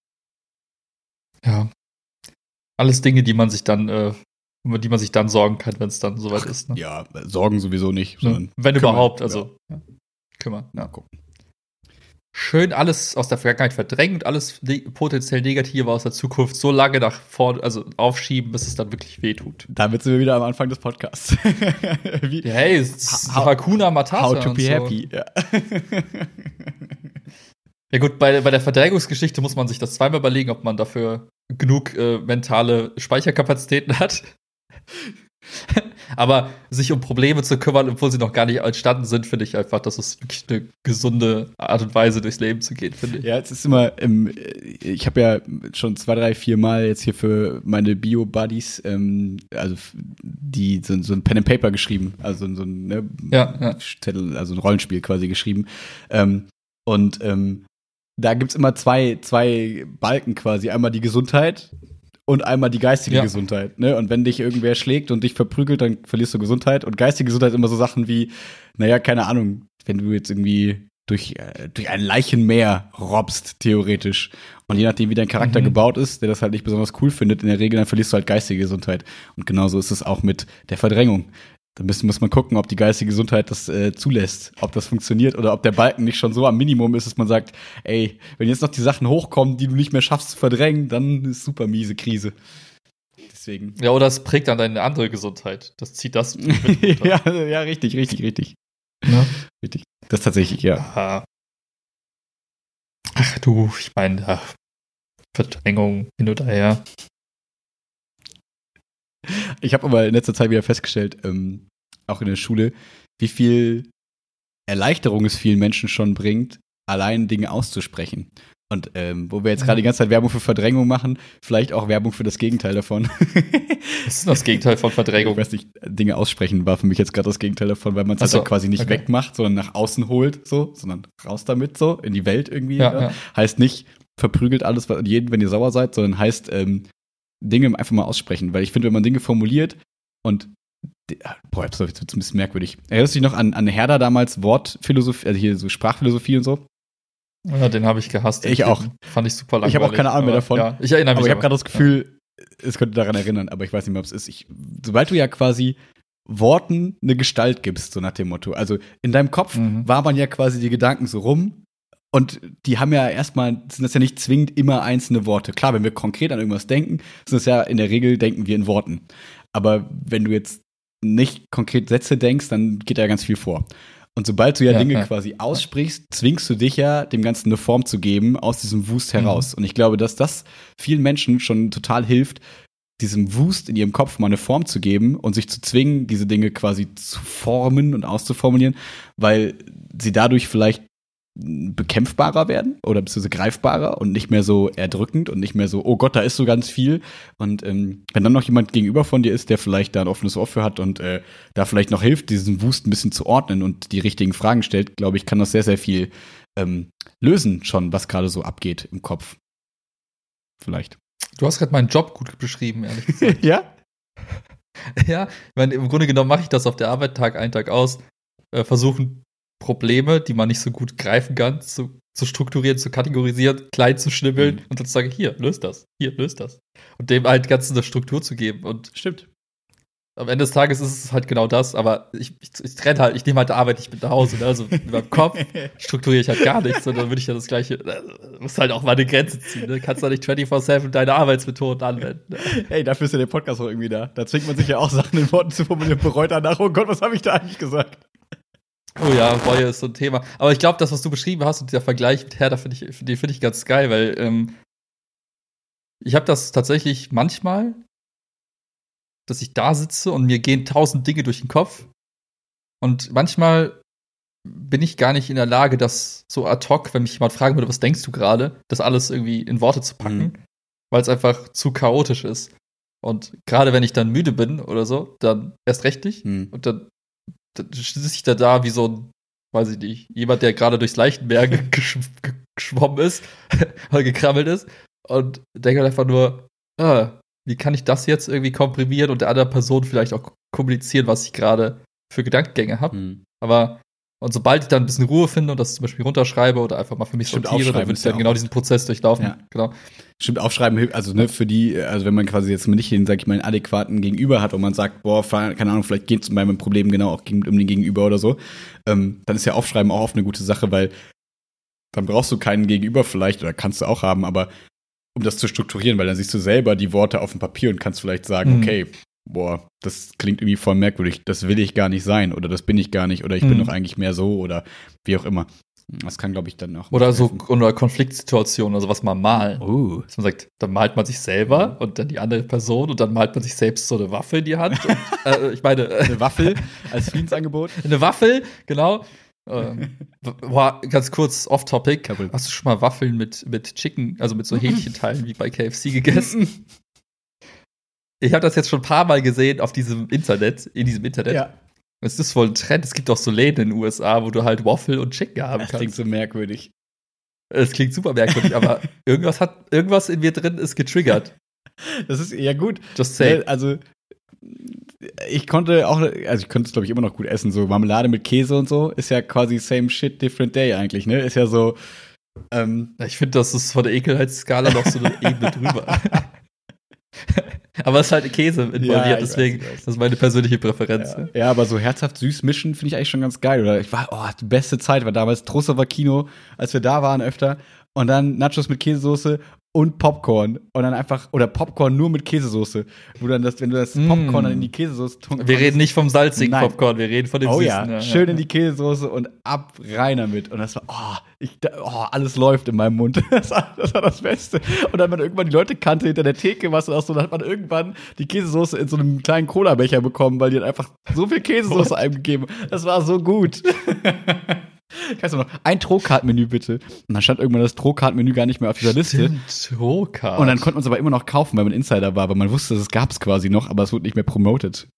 Ja. Alles Dinge, die man sich dann, äh, um die man sich dann sorgen kann, wenn es dann soweit Ach, ist. Ne? Ja, sorgen sowieso nicht. Sondern wenn kümmern, überhaupt, also ja. Ja. kümmern. Ja. Mal gucken. Schön alles aus der Vergangenheit verdrängen und alles ne- potenziell Negative aus der Zukunft so lange nach vorne, also aufschieben, bis es dann wirklich wehtut. Damit sind wir wieder am Anfang des Podcasts. Wie, ja, hey, es ist Hakuna Matata. How to be so. happy. Ja. Ja gut, bei, bei der Verdrängungsgeschichte muss man sich das zweimal überlegen, ob man dafür genug äh, mentale Speicherkapazitäten hat. Aber sich um Probleme zu kümmern, obwohl sie noch gar nicht entstanden sind, finde ich einfach, das ist wirklich eine gesunde Art und Weise, durchs Leben zu gehen, finde ich. Ja, es ist immer, ähm, ich habe ja schon zwei, drei, vier Mal jetzt hier für meine Bio-Buddies, ähm, also die so, so ein Pen and Paper geschrieben, also so ein ne, ja, ja. Zettel, also ein Rollenspiel quasi geschrieben. Ähm, und ähm, da gibt's immer zwei, zwei Balken quasi, einmal die Gesundheit und einmal die geistige ja. Gesundheit, ne? Und wenn dich irgendwer schlägt und dich verprügelt, dann verlierst du Gesundheit. Und geistige Gesundheit immer so Sachen wie, naja, keine Ahnung, wenn du jetzt irgendwie durch, äh, durch ein Leichenmeer robbst, theoretisch. Und je nachdem, wie dein Charakter mhm. gebaut ist, der das halt nicht besonders cool findet, in der Regel, dann verlierst du halt geistige Gesundheit. Und genauso ist es auch mit der Verdrängung. Da muss, muss man gucken, ob die geistige Gesundheit das äh, zulässt, ob das funktioniert oder ob der Balken nicht schon so am Minimum ist, dass man sagt, ey, wenn jetzt noch die Sachen hochkommen, die du nicht mehr schaffst zu verdrängen, dann ist super miese Krise. Deswegen. Ja, oder es prägt dann deine andere Gesundheit. Das zieht das mit ja, ja, richtig, richtig, richtig. Ja. Richtig. Das tatsächlich, ja. Aha. Ach du, ich meine, Verdrängung hin oder her. Ich habe aber in letzter Zeit wieder festgestellt, ähm, auch in der Schule, wie viel Erleichterung es vielen Menschen schon bringt, allein Dinge auszusprechen. Und ähm, wo wir jetzt gerade die ganze Zeit Werbung für Verdrängung machen, vielleicht auch Werbung für das Gegenteil davon. Was ist das Gegenteil von Verdrängung? Ich weiß nicht, Dinge aussprechen war für mich jetzt gerade das Gegenteil davon, weil man es halt, so, halt quasi nicht okay. wegmacht, sondern nach außen holt, so, sondern raus damit, so, in die Welt irgendwie. Ja, ja. Ja. Heißt nicht, verprügelt alles, jeden, wenn ihr sauer seid, sondern heißt, ähm, Dinge einfach mal aussprechen, weil ich finde, wenn man Dinge formuliert und boah, jetzt wird es ein bisschen merkwürdig. Erinnerst du dich noch an, an Herder damals Wortphilosophie, also hier so Sprachphilosophie und so? Ja, den habe ich gehasst. Ich auch. Fand ich super langweilig. Ich habe auch keine Ahnung mehr davon. Ja, ich erinnere mich. Aber ich habe gerade das Gefühl, ja. es könnte daran erinnern, aber ich weiß nicht mehr, ob es ist. Ich, sobald du ja quasi Worten eine Gestalt gibst, so nach dem Motto. Also in deinem Kopf mhm. wabern ja quasi die Gedanken so rum und die haben ja erstmal, sind das ja nicht zwingend immer einzelne Worte. Klar, wenn wir konkret an irgendwas denken, sind das ja in der Regel, denken wir in Worten. Aber wenn du jetzt nicht konkret Sätze denkst, dann geht da ja ganz viel vor. Und sobald du ja, ja Dinge ja. quasi aussprichst, zwingst du dich ja, dem Ganzen eine Form zu geben, aus diesem Wust heraus. Mhm. Und ich glaube, dass das vielen Menschen schon total hilft, diesem Wust in ihrem Kopf mal eine Form zu geben und sich zu zwingen, diese Dinge quasi zu formen und auszuformulieren, weil sie dadurch vielleicht bekämpfbarer werden oder beziehungsweise greifbarer und nicht mehr so erdrückend und nicht mehr so, oh Gott, da ist so ganz viel. Und ähm, wenn dann noch jemand gegenüber von dir ist, der vielleicht da ein offenes Ohr für hat und äh, da vielleicht noch hilft, diesen Wust ein bisschen zu ordnen und die richtigen Fragen stellt, glaube ich, kann das sehr, sehr viel ähm, lösen schon, was gerade so abgeht im Kopf. Vielleicht. Du hast gerade meinen Job gut beschrieben, ehrlich gesagt. Ja? Ja, ich meine, im Grunde genommen mache ich das auf der Arbeit Tag ein, Tag aus, äh, versuchen Probleme, die man nicht so gut greifen kann, zu, zu strukturieren, zu kategorisieren, klein zu schnibbeln mhm. und dann zu sagen, hier, löst das, hier, löst das. Und dem halt Ganzen eine Struktur zu geben. Und stimmt. Am Ende des Tages ist es halt genau das, aber ich, ich, ich trenne halt, ich nehme halt Arbeit nicht mit nach Hause. Ne? Also in meinem Kopf strukturiere ich halt gar nichts, sondern würde ich ja das Gleiche, äh, muss halt auch mal eine Grenze ziehen. Ne? Kannst du nicht vierundzwanzig sieben deine Arbeitsmethoden anwenden. Ne? Hey, dafür ist ja der Podcast auch irgendwie da. Da zwingt man sich ja auch Sachen in Worten zu formulieren, bereut danach, oh Gott, was habe ich da eigentlich gesagt? Oh ja, Reue ist so ein Thema. Aber ich glaube, das, was du beschrieben hast und dieser Vergleich mit Hertha, find ich, den finde ich ganz geil, weil ähm, ich habe das tatsächlich manchmal, dass ich da sitze und mir gehen tausend Dinge durch den Kopf. Und manchmal bin ich gar nicht in der Lage, das so ad hoc, wenn mich jemand fragen würde, was denkst du gerade, das alles irgendwie in Worte zu packen, mhm. weil es einfach zu chaotisch ist. Und gerade wenn ich dann müde bin oder so, dann erst recht nicht. Mhm. Und dann, dann sitze ich da da wie so ein, weiß ich nicht, jemand, der gerade durchs Leichenmeer gesch- geschwommen ist oder gekrabbelt ist und denke halt einfach nur, ah, wie kann ich das jetzt irgendwie komprimieren und der anderen Person vielleicht auch kommunizieren, was ich gerade für Gedankengänge habe. Mhm. Aber und sobald ich dann ein bisschen Ruhe finde und das zum Beispiel runterschreibe oder einfach mal für mich Stimmt, sortiere, dann würde ich dann genau diesen Prozess durchlaufen. Ja. Genau. Stimmt, aufschreiben hilft, also ne, für die, also wenn man quasi jetzt nicht den, sag ich mal, einen adäquaten Gegenüber hat und man sagt, boah, keine Ahnung, vielleicht geht es bei meinem Problem genau auch um den Gegenüber oder so, ähm, dann ist ja Aufschreiben auch oft eine gute Sache, weil dann brauchst du keinen Gegenüber vielleicht, oder kannst du auch haben, aber um das zu strukturieren, weil dann siehst du selber die Worte auf dem Papier und kannst vielleicht sagen, mhm. okay, boah, das klingt irgendwie voll merkwürdig, das will ich gar nicht sein oder das bin ich gar nicht oder ich mhm. bin doch eigentlich mehr so oder wie auch immer. Das kann, glaube ich, dann auch. Oder so oder Konfliktsituationen, also was man malen. Uh. Dass man sagt, dann malt man sich selber und dann die andere Person und dann malt man sich selbst so eine Waffe in die Hand. Und, äh, ich meine, eine Waffel als Friedensangebot. Eine Waffel, genau. ähm, boah, ganz kurz off-topic. Kabel. Hast du schon mal Waffeln mit, mit Chicken, also mit so Hähnchenteilen wie bei K F C gegessen? Ich habe das jetzt schon ein paar Mal gesehen auf diesem Internet, in diesem Internet. Ja. Es ist wohl ein Trend. Es gibt auch so Läden in den U S A, wo du halt Waffel und Chicken haben das kannst. Das klingt so merkwürdig. Es klingt super merkwürdig, aber irgendwas hat, irgendwas in mir drin ist getriggert. Das ist ja gut. Just say. Also, ich konnte auch, also ich könnte es, glaube ich, immer noch gut essen. So Marmelade mit Käse und so ist ja quasi same shit, different day eigentlich, ne? Ist ja so. Ähm ich finde, das ist von der Ekelheitsskala noch so eine Ebene drüber. Aber es ist halt Käse involviert, ja, deswegen, weiß, das ist meine persönliche Präferenz. Ja, ja, aber so herzhaft süß mischen finde ich eigentlich schon ganz geil. Oder ich war, oh, die beste Zeit war damals Trossower Kino, als wir da waren öfter. Und dann Nachos mit Käsesoße und Popcorn. Und dann einfach, oder Popcorn nur mit Käsesoße. Wo dann das, wenn du das Popcorn mm. dann in die Käsesoße tunkst. Wir reden nicht vom salzigen Nein. Popcorn, wir reden von dem oh, süßen. Ja. Ja, schön ja. in die Käsesoße und ab rein damit. Und das war, oh, ich, oh, alles läuft in meinem Mund. Das war, das war das Beste. Und dann man irgendwann die Leute kannte hinter der Theke, was und auch so, dann hat man irgendwann die Käsesoße in so einem kleinen Cola-Becher bekommen, weil die hat einfach so viel Käsesoße einem gegeben. Das war so gut. Ich weiß noch, ein Trocard-Menü bitte. Und dann stand irgendwann das Trocard-Menü gar nicht mehr auf dieser Liste. Trocard. Und dann konnte man es aber immer noch kaufen, weil man Insider war, weil man wusste, es gab es quasi noch, aber es wurde nicht mehr promoted.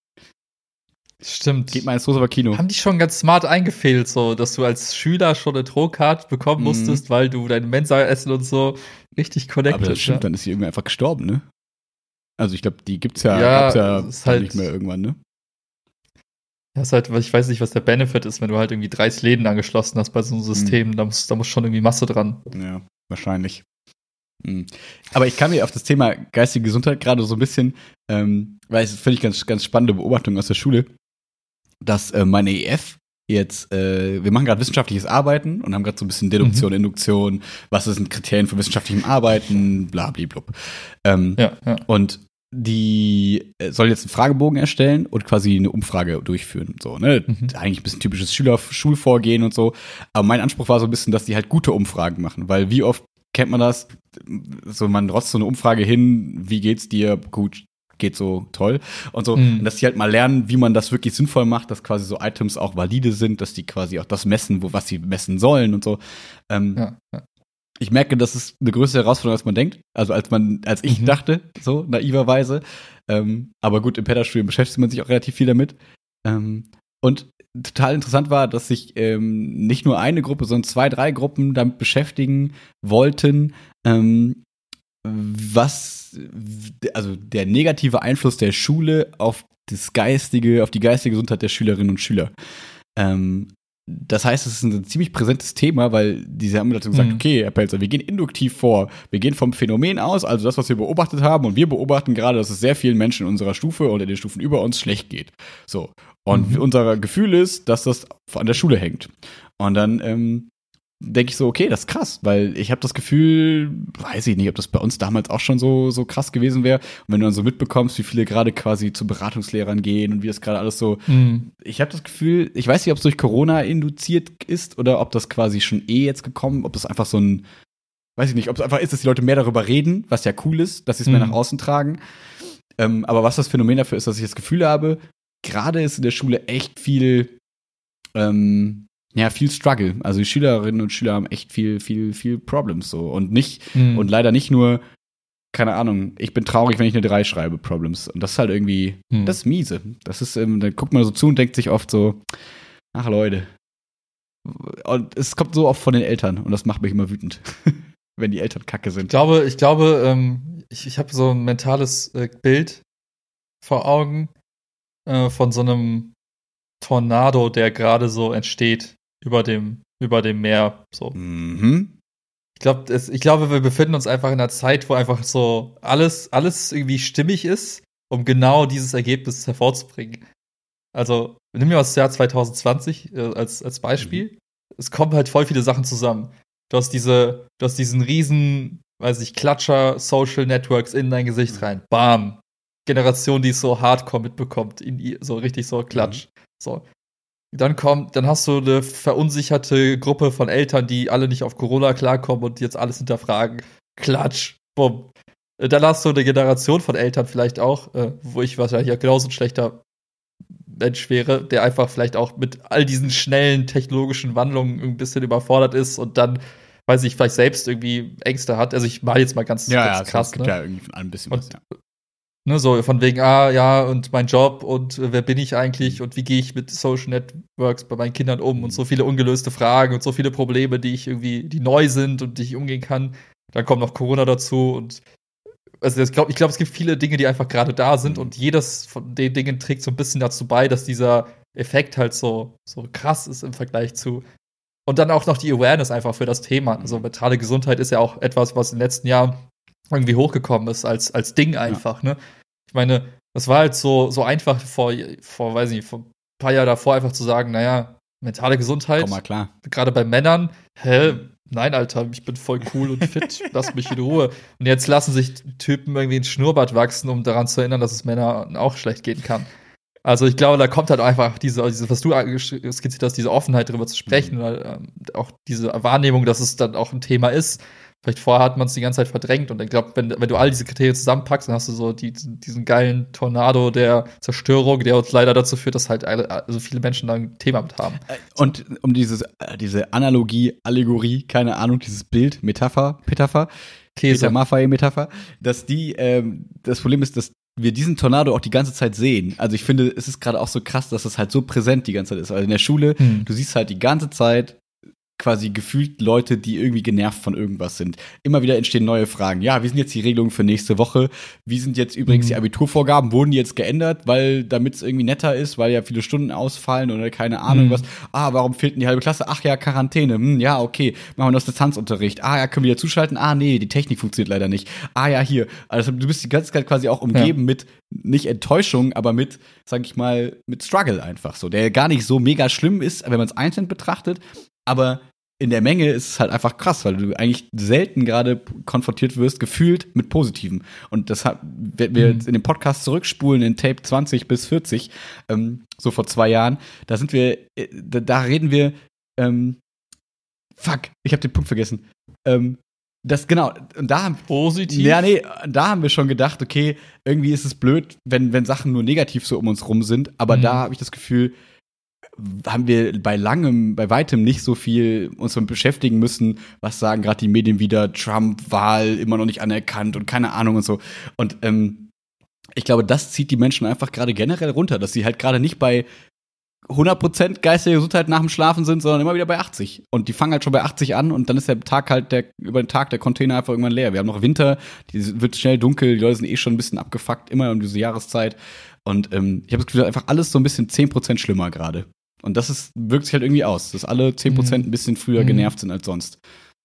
Stimmt. Geht mal ins Trossower Kino. Haben die schon ganz smart eingefehlt, so, dass du als Schüler schon eine Trocard bekommen mhm. musstest, weil du dein Mensa-Essen und so richtig connected. Aber das stimmt, ja? Dann ist sie irgendwie einfach gestorben, ne? Also ich glaube, die gibt's ja, ja, gab's ja ist halt nicht mehr irgendwann, ne? Das ist halt, ich weiß nicht, was der Benefit ist, wenn du halt irgendwie dreißig Läden angeschlossen hast bei so einem System. Mhm. Da, muss, da muss schon irgendwie Masse dran. Ja, wahrscheinlich. Mhm. Aber ich kann mir auf das Thema geistige Gesundheit gerade so ein bisschen, ähm, weil es finde ich ganz, ganz spannende Beobachtung aus der Schule, dass äh, meine E F jetzt, äh, wir machen gerade wissenschaftliches Arbeiten und haben gerade so ein bisschen Deduktion, mhm. Induktion, was sind Kriterien für wissenschaftlichem Arbeiten, blabliblub. Ähm, ja, ja. Und die soll jetzt einen Fragebogen erstellen und quasi eine Umfrage durchführen. So, ne? Mhm. Eigentlich ein bisschen typisches Schüler-Schulvorgehen und so. Aber mein Anspruch war so ein bisschen, dass die halt gute Umfragen machen. Weil wie oft kennt man das? So, man rotzt so eine Umfrage hin, wie geht's dir? Gut, geht so, toll. Und so, mhm. und dass die halt mal lernen, wie man das wirklich sinnvoll macht, dass quasi so Items auch valide sind, dass die quasi auch das messen, wo, was sie messen sollen und so. Ähm, ja, ja. Ich merke, das ist eine größere Herausforderung, als man denkt. Also als man, als ich mhm. dachte, so naiverweise. Ähm, aber gut, im Pedderstudium beschäftigt man sich auch relativ viel damit. Ähm, und total interessant war, dass sich ähm, nicht nur eine Gruppe, sondern zwei, drei Gruppen damit beschäftigen wollten, ähm, was, also der negative Einfluss der Schule auf das geistige, auf die geistige Gesundheit der Schülerinnen und Schüler. Ähm, Das heißt, es ist ein ziemlich präsentes Thema, weil diese haben dazu gesagt, mhm. okay, Herr Pelzer, wir gehen induktiv vor. Wir gehen vom Phänomen aus, also das, was wir beobachtet haben. Und wir beobachten gerade, dass es sehr vielen Menschen in unserer Stufe oder den Stufen über uns schlecht geht. So. Und mhm. unser Gefühl ist, dass das an der Schule hängt. Und dann ähm, denke ich so, okay, das ist krass, weil ich habe das Gefühl, weiß ich nicht, ob das bei uns damals auch schon so, so krass gewesen wäre. Und wenn du dann so mitbekommst, wie viele gerade quasi zu Beratungslehrern gehen und wie das gerade alles so, mhm. ich habe das Gefühl, ich weiß nicht, ob es durch Corona induziert ist oder ob das quasi schon eh jetzt gekommen, ob das einfach so ein, weiß ich nicht, ob es einfach ist, dass die Leute mehr darüber reden, was ja cool ist, dass sie es mhm. mehr nach außen tragen. Ähm, aber was das Phänomen dafür ist, dass ich das Gefühl habe, gerade ist in der Schule echt viel, ähm, ja, viel Struggle. Also die Schülerinnen und Schüler haben echt viel, viel, viel Problems so. Und nicht, mhm. und leider nicht nur, keine Ahnung, ich bin traurig, wenn ich eine drei schreibe, Problems. Und das ist halt irgendwie, mhm. das ist miese. Das ist, ähm, da guckt man so zu und denkt sich oft so, ach Leute. Und es kommt so oft von den Eltern und das macht mich immer wütend, wenn die Eltern kacke sind. Ich glaube, ich glaube, ähm, ich, ich habe so ein mentales äh, Bild vor Augen äh, von so einem Tornado, der gerade so entsteht über dem, über dem Meer. So. Mhm. Ich glaube, ich glaube, wir befinden uns einfach in einer Zeit, wo einfach so alles, alles irgendwie stimmig ist, um genau dieses Ergebnis hervorzubringen. Also, nimm mir das Jahr zwanzig zwanzig äh, als, als Beispiel. Mhm. Es kommen halt voll viele Sachen zusammen. Du hast diese, du hast diesen riesen, weiß ich, Klatscher, Social Networks in dein Gesicht rein. Bam. Generation, die es so hardcore mitbekommt, in, so richtig so Klatsch. Mhm. So. Dann kommt, dann hast du eine verunsicherte Gruppe von Eltern, die alle nicht auf Corona klarkommen und jetzt alles hinterfragen. Klatsch, bumm. Dann hast du eine Generation von Eltern vielleicht auch, äh, wo ich wahrscheinlich ja genauso ein schlechter Mensch wäre, der einfach vielleicht auch mit all diesen schnellen technologischen Wandlungen ein bisschen überfordert ist und dann, weiß ich, vielleicht selbst irgendwie Ängste hat. Also ich mal jetzt mal ganz, ja, ganz ja, krass. Es gibt ne? ja irgendwie von allem ein bisschen und, was, ja. Ne, so von wegen, ah, ja, und mein Job und äh, wer bin ich eigentlich und wie gehe ich mit Social Networks bei meinen Kindern um und so viele ungelöste Fragen und so viele Probleme, die ich irgendwie, die neu sind und die ich umgehen kann. Dann kommt noch Corona dazu und also ich glaube, ich glaub, es gibt viele Dinge, die einfach gerade da sind und jedes von den Dingen trägt so ein bisschen dazu bei, dass dieser Effekt halt so, so krass ist im Vergleich zu. Und dann auch noch die Awareness einfach für das Thema. Also mentale Gesundheit ist ja auch etwas, was in den letzten Jahren irgendwie hochgekommen ist als, als Ding einfach, ja. ne? Ich meine, das war halt so, so einfach vor, vor, weiß nicht, vor ein paar Jahren davor einfach zu sagen, naja, mentale Gesundheit. Komm mal klar. Gerade bei Männern, hä, nein, Alter, ich bin voll cool und fit, lass mich in Ruhe. Und jetzt lassen sich Typen irgendwie ein Schnurrbart wachsen, um daran zu erinnern, dass es Männern auch schlecht gehen kann. Also ich glaube, da kommt halt einfach diese, diese was du skizziert hast, diese Offenheit darüber zu sprechen, mhm. oder ähm, auch diese Wahrnehmung, dass es dann auch ein Thema ist. Vielleicht vorher hat man es die ganze Zeit verdrängt und ich glaube, wenn, wenn du all diese Kriterien zusammenpackst, dann hast du so die, diesen geilen Tornado der Zerstörung, der uns leider dazu führt, dass halt also viele Menschen da ein Thema mit haben. Und um dieses, diese Analogie, Allegorie, keine Ahnung, dieses Bild, Metapher, Metapher, Peter Maffay-Metapher, dass die, ähm, das Problem ist, dass wir diesen Tornado auch die ganze Zeit sehen. Also ich finde, es ist gerade auch so krass, dass es halt so präsent die ganze Zeit ist. Also in der Schule, hm. du siehst halt die ganze Zeit quasi gefühlt Leute, die irgendwie genervt von irgendwas sind. Immer wieder entstehen neue Fragen. Ja, wie sind jetzt die Regelungen für nächste Woche? Wie sind jetzt übrigens mhm. die Abiturvorgaben? Wurden die jetzt geändert, weil damit es irgendwie netter ist, weil ja viele Stunden ausfallen oder keine Ahnung mhm. was. Ah, warum fehlt denn die halbe Klasse? Ach ja, Quarantäne. Hm, ja, okay. Machen wir noch Distanzunterricht. Ah ja, können wir wieder zuschalten? Ah nee, die Technik funktioniert leider nicht. Ah ja, hier. Also du bist die ganze Zeit quasi auch umgeben ja. mit nicht Enttäuschung, aber mit, sag ich mal, mit Struggle einfach so, der gar nicht so mega schlimm ist, wenn man es einzeln betrachtet, aber in der Menge ist es halt einfach krass, weil du eigentlich selten gerade konfrontiert wirst, gefühlt mit Positiven. Und das hat, wenn wir jetzt in den Podcast zurückspulen, in Tape zwanzig bis vierzig, ähm, so vor zwei Jahren, da sind wir, da, da reden wir, ähm, fuck, ich habe den Punkt vergessen. Ähm, Das, genau, und da haben positiv. Ja, nee, da haben wir schon gedacht, okay, irgendwie ist es blöd, wenn, wenn Sachen nur negativ so um uns rum sind, aber mhm. da habe ich das Gefühl, haben wir bei langem, bei weitem nicht so viel uns damit beschäftigen müssen, was sagen gerade die Medien wieder, Trump-Wahl immer noch nicht anerkannt und keine Ahnung und so. Und ähm, ich glaube, das zieht die Menschen einfach gerade generell runter, dass sie halt gerade nicht bei hundert Prozent geistige Gesundheit nach dem Schlafen sind, sondern immer wieder bei achtzig. Und die fangen halt schon bei achtzig an und dann ist der Tag halt, der über den Tag der Container einfach irgendwann leer. Wir haben noch Winter, die wird schnell dunkel, die Leute sind eh schon ein bisschen abgefuckt, immer um diese Jahreszeit. Und ähm, ich habe das Gefühl, einfach alles so ein bisschen zehn Prozent schlimmer gerade. Und das ist, wirkt sich halt irgendwie aus, dass alle zehn Prozent ein bisschen früher mhm. genervt sind als sonst.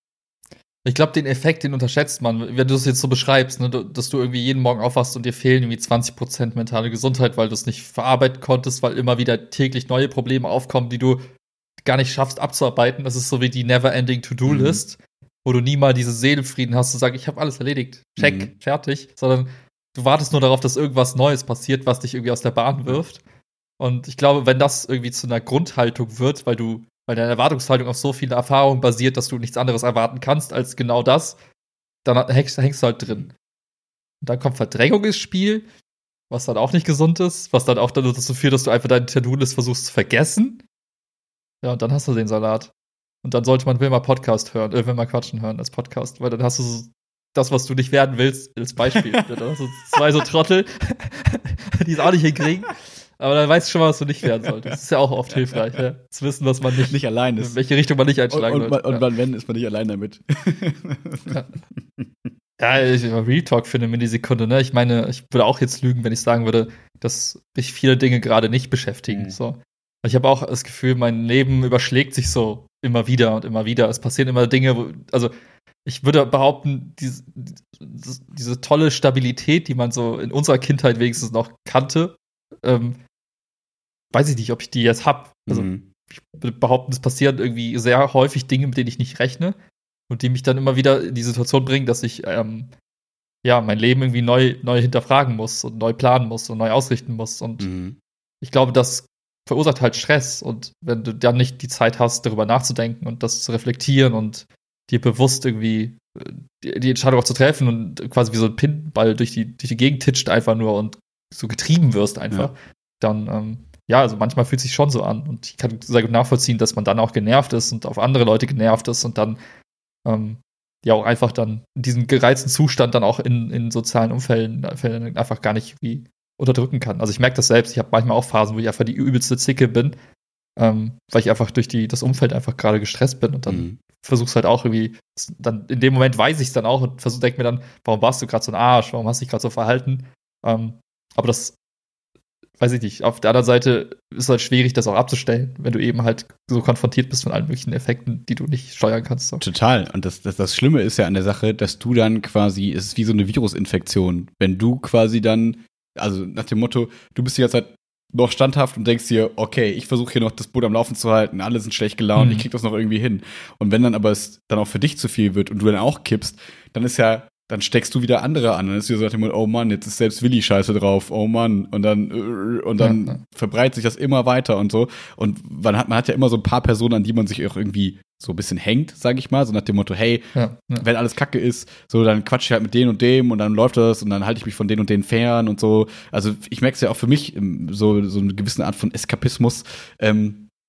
Ich glaube, den Effekt, den unterschätzt man, wenn du das jetzt so beschreibst, ne, dass du irgendwie jeden Morgen aufwachst und dir fehlen irgendwie zwanzig Prozent mentale Gesundheit, weil du es nicht verarbeiten konntest, weil immer wieder täglich neue Probleme aufkommen, die du gar nicht schaffst abzuarbeiten. Das ist so wie die never-ending To-Do-List, mhm. wo du nie mal diese Seelenfrieden hast, zu sagen, ich habe alles erledigt, check, mhm. fertig, sondern du wartest nur darauf, dass irgendwas Neues passiert, was dich irgendwie aus der Bahn wirft. Und ich glaube, wenn das irgendwie zu einer Grundhaltung wird, weil du weil deine Erwartungshaltung auf so viele Erfahrungen basiert, dass du nichts anderes erwarten kannst als genau das, dann hängst, hängst du halt drin. Und dann kommt Verdrängung ins Spiel, was dann auch nicht gesund ist, was dann auch dazu führt, dass du einfach deine To-Do-List versuchst zu vergessen. Ja, und dann hast du den Salat. Und dann sollte man Wilma Podcast hören, äh, Wilma Quatschen hören als Podcast, weil dann hast du so das, was du nicht werden willst, als Beispiel. Dann hast du zwei so Trottel, die es auch nicht hinkriegen. Aber dann weißt du schon mal, was du nicht werden solltest. Das ist ja auch oft hilfreich, ja, zu wissen, was man nicht, nicht allein ist. In welche Richtung man nicht einschlagen und, und, sollte. Und, und ja. wenn, ist man nicht allein damit. Ja, ja ich Real Talk für eine Millisekunde, ne? Ich meine, ich würde auch jetzt lügen, wenn ich sagen würde, dass mich viele Dinge gerade nicht beschäftigen. Mhm. So. Ich habe auch das Gefühl, mein Leben überschlägt sich so immer wieder und immer wieder. Es passieren immer Dinge, wo, also ich würde behaupten, diese, diese tolle Stabilität, die man so in unserer Kindheit wenigstens noch kannte, ähm, weiß ich nicht, ob ich die jetzt hab. Also mhm. ich würde behaupten, es passieren irgendwie sehr häufig Dinge, mit denen ich nicht rechne und die mich dann immer wieder in die Situation bringen, dass ich ähm, ja mein Leben irgendwie neu, neu hinterfragen muss und neu planen muss und neu ausrichten muss. Und mhm. ich glaube, das verursacht halt Stress. Und wenn du dann nicht die Zeit hast, darüber nachzudenken und das zu reflektieren und dir bewusst irgendwie die, die Entscheidung auch zu treffen und quasi wie so ein Pinball durch die, durch die Gegend titscht einfach nur und so getrieben wirst einfach, ja. dann, ähm, ja, also manchmal fühlt es sich schon so an. Und ich kann sehr gut nachvollziehen, dass man dann auch genervt ist und auf andere Leute genervt ist und dann ähm, ja auch einfach dann in diesem gereizten Zustand dann auch in, in sozialen Umfelden einfach gar nicht wie unterdrücken kann. Also ich merke das selbst. Ich habe manchmal auch Phasen, wo ich einfach die übelste Zicke bin, ähm, weil ich einfach durch die, das Umfeld einfach gerade gestresst bin und dann mhm. versuch's halt auch irgendwie, dann in dem Moment weiß ich es dann auch und versuch, denk mir dann, warum warst du gerade so ein Arsch, warum hast du dich gerade so verhalten? Ähm, aber das, weiß ich nicht, auf der anderen Seite ist es halt schwierig, das auch abzustellen, wenn du eben halt so konfrontiert bist von allen möglichen Effekten, die du nicht steuern kannst. So. Total. Und das, das, das Schlimme ist ja an der Sache, dass du dann quasi, es ist wie so eine Virusinfektion. Wenn du quasi dann, also nach dem Motto, du bist die ganze Zeit noch standhaft und denkst dir, okay, ich versuche hier noch das Boot am Laufen zu halten, alle sind schlecht gelaunt, mhm. ich krieg das noch irgendwie hin. Und wenn dann aber es dann auch für dich zu viel wird und du dann auch kippst, dann ist ja, dann steckst du wieder andere an. Dann ist wieder so, oh Mann, jetzt ist selbst Willi scheiße drauf, oh Mann. Und dann, und dann ja, ja. verbreitet sich das immer weiter und so. Und man hat, man hat ja immer so ein paar Personen, an die man sich auch irgendwie so ein bisschen hängt, sag ich mal. So nach dem Motto, hey, ja, ja. wenn alles kacke ist, so dann quatsch ich halt mit denen und dem und dann läuft das und dann halte ich mich von denen und denen fern und so. Also ich merke es ja auch für mich, so, so eine gewisse Art von Eskapismus, ähm,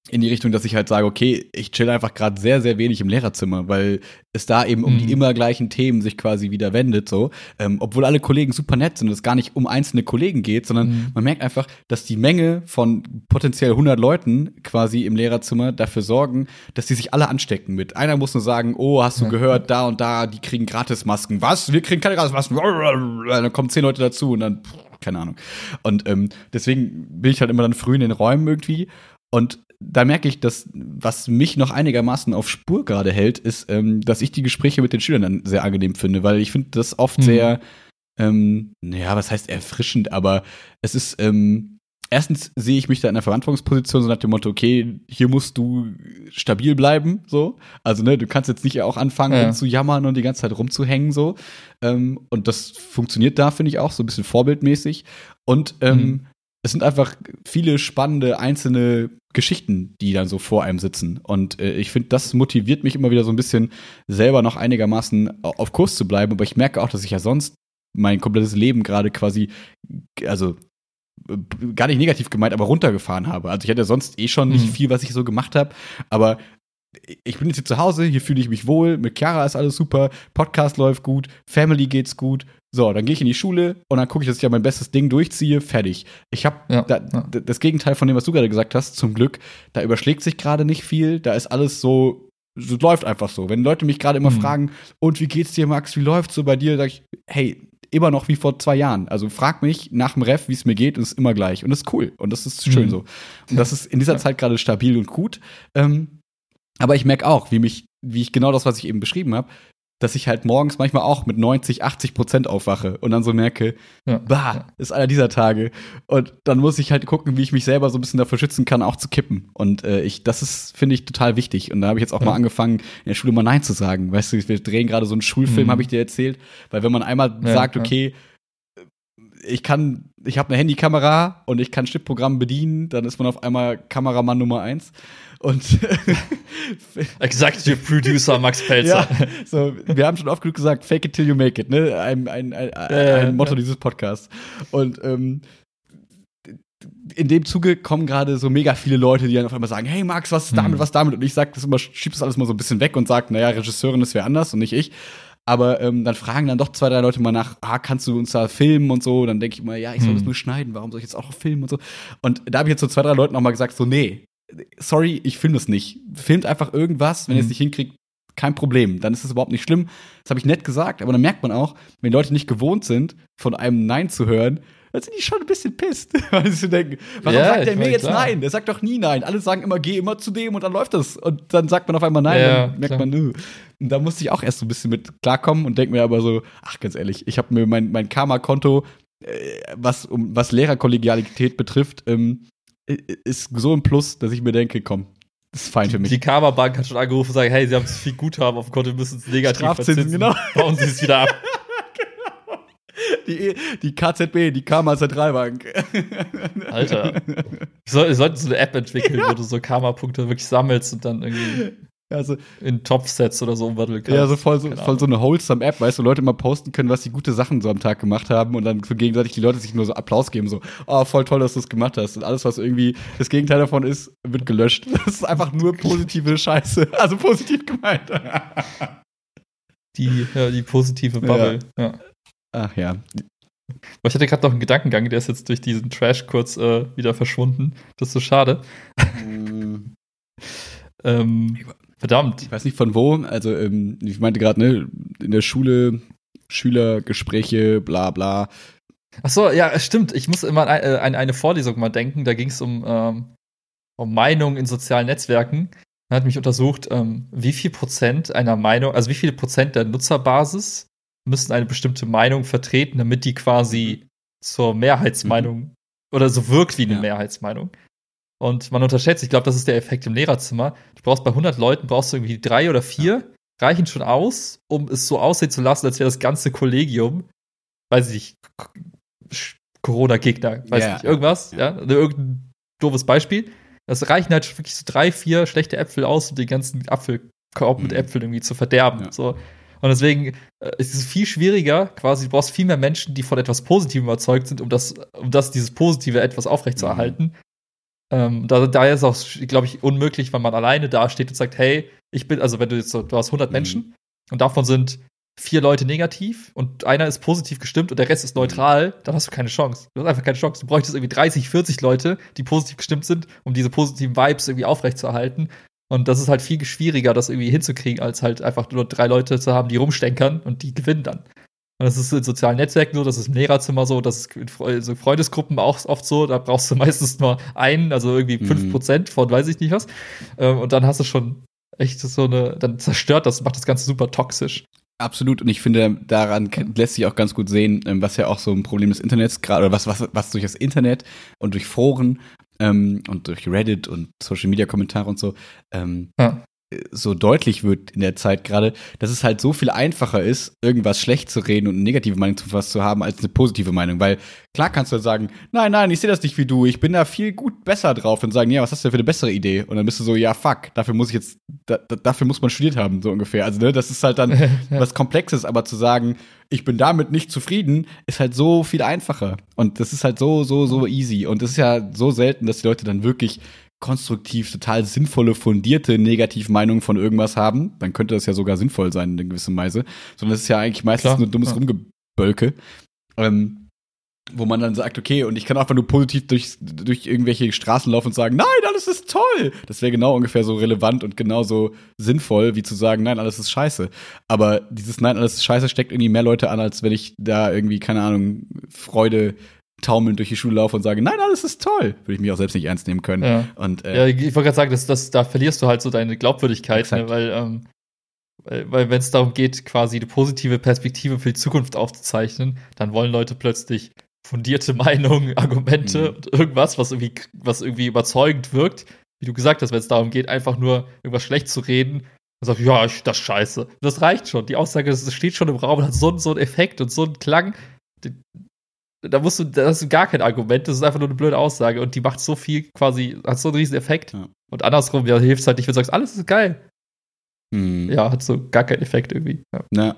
in die Richtung, dass ich halt sage, okay, ich chill einfach gerade sehr, sehr wenig im Lehrerzimmer, weil es da eben um Mhm. die immer gleichen Themen sich quasi wieder wendet, so. Ähm, obwohl alle Kollegen super nett sind und es gar nicht um einzelne Kollegen geht, sondern Mhm. man merkt einfach, dass die Menge von potenziell hundert Leuten quasi im Lehrerzimmer dafür sorgen, dass die sich alle anstecken mit. Einer muss nur sagen, oh, hast du Ja. gehört, da und da, die kriegen Gratismasken. Was? Wir kriegen keine Gratismasken. Dann kommen zehn Leute dazu und dann, keine Ahnung. Und ähm, deswegen bin ich halt immer dann früh in den Räumen irgendwie. Und da merke ich, dass was mich noch einigermaßen auf Spur gerade hält, ist, ähm, dass ich die Gespräche mit den Schülern dann sehr angenehm finde, weil ich finde das oft Mhm. sehr, ähm, naja, was heißt erfrischend, aber es ist, ähm, erstens sehe ich mich da in einer Verantwortungsposition, so nach dem Motto, okay, hier musst du stabil bleiben, so. Also, ne, du kannst jetzt nicht auch anfangen, Ja. rumzujammern und die ganze Zeit rumzuhängen, so. Ähm, und das funktioniert da, finde ich auch, so ein bisschen vorbildmäßig. Und, ähm, Mhm. es sind einfach viele spannende einzelne Geschichten, die dann so vor einem sitzen. Und äh, ich finde, das motiviert mich immer wieder so ein bisschen, selber noch einigermaßen auf Kurs zu bleiben. Aber ich merke auch, dass ich ja sonst mein komplettes Leben gerade quasi, also äh, gar nicht negativ gemeint, aber runtergefahren habe. Also ich hatte sonst eh schon nicht Mhm. viel, was ich so gemacht habe. Aber ich bin jetzt hier zu Hause, hier fühle ich mich wohl, mit Chiara ist alles super, Podcast läuft gut, Family geht's gut. So, dann gehe ich in die Schule und dann gucke ich, dass ich ja mein bestes Ding durchziehe, fertig. Ich habe Ja, da, ja. d- das Gegenteil von dem, was du gerade gesagt hast, zum Glück, da überschlägt sich gerade nicht viel, da ist alles so, so läuft einfach so. Wenn Leute mich gerade immer Mhm. fragen, und wie geht's dir, Max, wie läuft's so bei dir, sag ich, hey, immer noch wie vor zwei Jahren. Also frag mich nach dem Ref, wie es mir geht, und es ist immer gleich. Und das ist cool und das ist schön Mhm. so. Und das ist in dieser Ja. Zeit gerade stabil und gut. Ähm, aber ich merke auch, wie mich, wie ich genau das, was ich eben beschrieben habe, dass ich halt morgens manchmal auch mit neunzig, achtzig Prozent aufwache und dann so merke, Ja. bah, Ja. ist einer dieser Tage. Und dann muss ich halt gucken, wie ich mich selber so ein bisschen davor schützen kann, auch zu kippen. Und äh, ich, das ist, finde ich, total wichtig. Und da habe ich jetzt auch Ja. mal angefangen, in der Schule mal Nein zu sagen. Weißt du, wir drehen gerade so einen Schulfilm, Mhm. habe ich dir erzählt. Weil wenn man einmal Ja, sagt, ja. okay, ich kann, ich habe eine Handykamera und ich kann Schnittprogramm bedienen, dann ist man auf einmal Kameramann Nummer eins. Und Executive Producer Max Pelzer. ja, so, wir haben schon oft genug gesagt, fake it till you make it, ne? Ein, ein, ein, ein, Ja, ein Motto ja. dieses Podcasts. Und ähm, in dem Zuge kommen gerade so mega viele Leute, die dann auf einmal sagen, hey Max, was ist damit, Hm. was damit? Und ich sag das immer, schieb das alles mal so ein bisschen weg und sag, naja, Regisseurin ist wer anders und nicht ich. Aber ähm, dann fragen dann doch zwei, drei Leute mal nach, ah, kannst du uns da filmen und so? Dann denke ich immer, ja, ich soll Hm. das nur schneiden, warum soll ich jetzt auch noch filmen und so? Und da habe ich jetzt so zwei, drei Leuten noch mal gesagt, so, nee, sorry, ich filme das nicht. Filmt einfach irgendwas, wenn ihr es Hm. nicht hinkriegt, kein Problem. Dann ist es überhaupt nicht schlimm. Das habe ich nett gesagt, aber dann merkt man auch, wenn Leute nicht gewohnt sind, von einem Nein zu hören, dann sind die schon ein bisschen pisst. Weil sie denken, warum Ja, sagt ich der mir meine, jetzt klar. Nein? Der sagt doch nie Nein. Alle sagen immer, geh immer zu dem und dann läuft das. Und dann sagt man auf einmal Nein, Ja, dann merkt klar. man, nö. Und da musste ich auch erst so ein bisschen mit klarkommen und denke mir aber so, ach, ganz ehrlich, ich habe mir mein, mein Karma-Konto, äh, was, um, was Lehrerkollegialität betrifft, ähm, ist so ein Plus, dass ich mir denke, komm, das ist fein für mich. Die Karma-Bank hat schon angerufen und sagt, hey, Sie haben zu viel Guthaben auf dem Konto, müssen es negativ Strafzinsen, verzinsen. genau. Bauen Sie es wieder ab. Die, die K Z B, die Karma-Zentralbank. Alter. Wir soll- wir sollten so eine App entwickeln, wo du so Karma-Punkte wirklich sammelst und dann irgendwie Also, in Topf setzt oder so umwandeln kannst. ja, so voll so, Keine voll so eine wholesome App, weißt du, Leute mal posten können, was sie gute Sachen so am Tag gemacht haben und dann so gegenseitig die Leute sich nur so Applaus geben, so, oh, voll toll, dass du es gemacht hast. Und alles, was irgendwie das Gegenteil davon ist, wird gelöscht. Das ist einfach nur positive Scheiße. Also positiv gemeint. Die, ja, die positive Bubble. Ja. Ach ja. Aber ich hatte gerade noch einen Gedankengang, der ist jetzt durch diesen Trash kurz äh, wieder verschwunden. Das ist so schade. Ähm, verdammt. Ich weiß nicht von wo, also ähm, ich meinte gerade, ne, in der Schule, Schülergespräche, bla bla. Ach so, ja, stimmt. Ich muss immer an äh, an eine Vorlesung mal denken. Da ging es um, ähm, um Meinungen in sozialen Netzwerken. Man hat mich untersucht, ähm, wie viel Prozent einer Meinung, also wie viel Prozent der Nutzerbasis müssen eine bestimmte Meinung vertreten, damit die quasi zur Mehrheitsmeinung oder so wirkt wie eine Ja. Mehrheitsmeinung. Und man unterschätzt, ich glaube, das ist der Effekt im Lehrerzimmer. Du brauchst bei hundert Leuten, brauchst du irgendwie drei oder vier, reichen schon aus, um es so aussehen zu lassen, als wäre das ganze Kollegium, weiß ich nicht, K- Sch- Corona-Gegner, weiß Ja, nicht, irgendwas, ja. ja, irgendein doofes Beispiel. Das reichen halt schon wirklich so drei, vier schlechte Äpfel aus, um den ganzen Apfelkorb mit Mhm. Äpfeln irgendwie zu verderben. Ja. So. Und deswegen äh, ist es viel schwieriger, quasi, du brauchst viel mehr Menschen, die von etwas Positivem überzeugt sind, um das, um das dieses positive etwas aufrechtzuerhalten. Ähm, da, daher ist es auch, glaube ich, unmöglich, wenn man alleine dasteht und sagt, hey, ich bin, also wenn du jetzt so, du hast hundert Mhm. Menschen und davon sind vier Leute negativ und einer ist positiv gestimmt und der Rest ist neutral, dann hast du keine Chance. Du hast einfach keine Chance. Du bräuchtest irgendwie dreißig, vierzig Leute, die positiv gestimmt sind, um diese positiven Vibes irgendwie aufrechtzuerhalten. Und das ist halt viel schwieriger, das irgendwie hinzukriegen, als halt einfach nur drei Leute zu haben, die rumstenkern und die gewinnen dann. Und das ist in sozialen Netzwerken so, das ist im Lehrerzimmer so, das ist in Fre- so Freundesgruppen auch oft so, da brauchst du meistens nur einen, also irgendwie Mhm. fünf Prozent von weiß ich nicht was. Ähm, Und dann hast du schon echt so eine, dann zerstört das, macht das Ganze super toxisch. Absolut, und ich finde, daran k- lässt sich auch ganz gut sehen, ähm, was ja auch so ein Problem des Internets gerade, oder was, was, was durch das Internet und durch Foren ähm, und durch Reddit und Social Media Kommentare und so ähm, Ja. so deutlich wird in der Zeit gerade, dass es halt so viel einfacher ist, irgendwas schlecht zu reden und eine negative Meinung zu was zu haben, als eine positive Meinung. Weil klar kannst du halt sagen, nein, nein, ich sehe das nicht wie du, ich bin da viel gut besser drauf und sagen, ja, was hast du denn für eine bessere Idee? Und dann bist du so, ja, fuck, dafür muss ich jetzt, da, da, dafür muss man studiert haben, so ungefähr. Also, ne, das ist halt dann was Komplexes, aber zu sagen, ich bin damit nicht zufrieden, ist halt so viel einfacher. Und das ist halt so, so, so easy. Und das ist ja so selten, dass die Leute dann wirklich konstruktiv, total sinnvolle, fundierte Negativmeinungen von irgendwas haben, dann könnte das ja sogar sinnvoll sein in einer gewissen Weise. Sondern es ist ja eigentlich meistens Klar, nur dummes ja. Rumgebölke. Ähm, wo man dann sagt, okay, und ich kann einfach nur positiv durch, durch irgendwelche Straßen laufen und sagen, nein, alles ist toll. Das wäre genau ungefähr so relevant und genauso sinnvoll, wie zu sagen, nein, alles ist scheiße. Aber dieses Nein, alles ist scheiße steckt irgendwie mehr Leute an, als wenn ich da irgendwie, keine Ahnung, Freude taumelnd durch die Schule laufe und sage, nein, alles ist toll. Würde ich mich auch selbst nicht ernst nehmen können. Ja. Und, äh, Ja, ich wollte gerade sagen, dass, dass, da verlierst du halt so deine Glaubwürdigkeit, Exakt. ne, weil, ähm, weil, weil wenn es darum geht, quasi eine positive Perspektive für die Zukunft aufzuzeichnen, dann wollen Leute plötzlich fundierte Meinungen, Argumente Mhm. und irgendwas, was irgendwie, was irgendwie überzeugend wirkt. Wie du gesagt hast, wenn es darum geht, einfach nur irgendwas schlecht zu reden, dann sag ich, ja, ich- das ist scheiße. Das reicht schon. Die Aussage, das steht schon im Raum und hat so, so einen Effekt und so einen Klang. Den- Da musst du, das ist gar kein Argument, das ist einfach nur eine blöde Aussage und die macht so viel quasi, hat so einen riesen Effekt. Ja. Und andersrum, ja, hilft halt nicht, wenn du sagst, alles ist geil. Mhm. Ja, hat so gar keinen Effekt irgendwie. Ja. Na.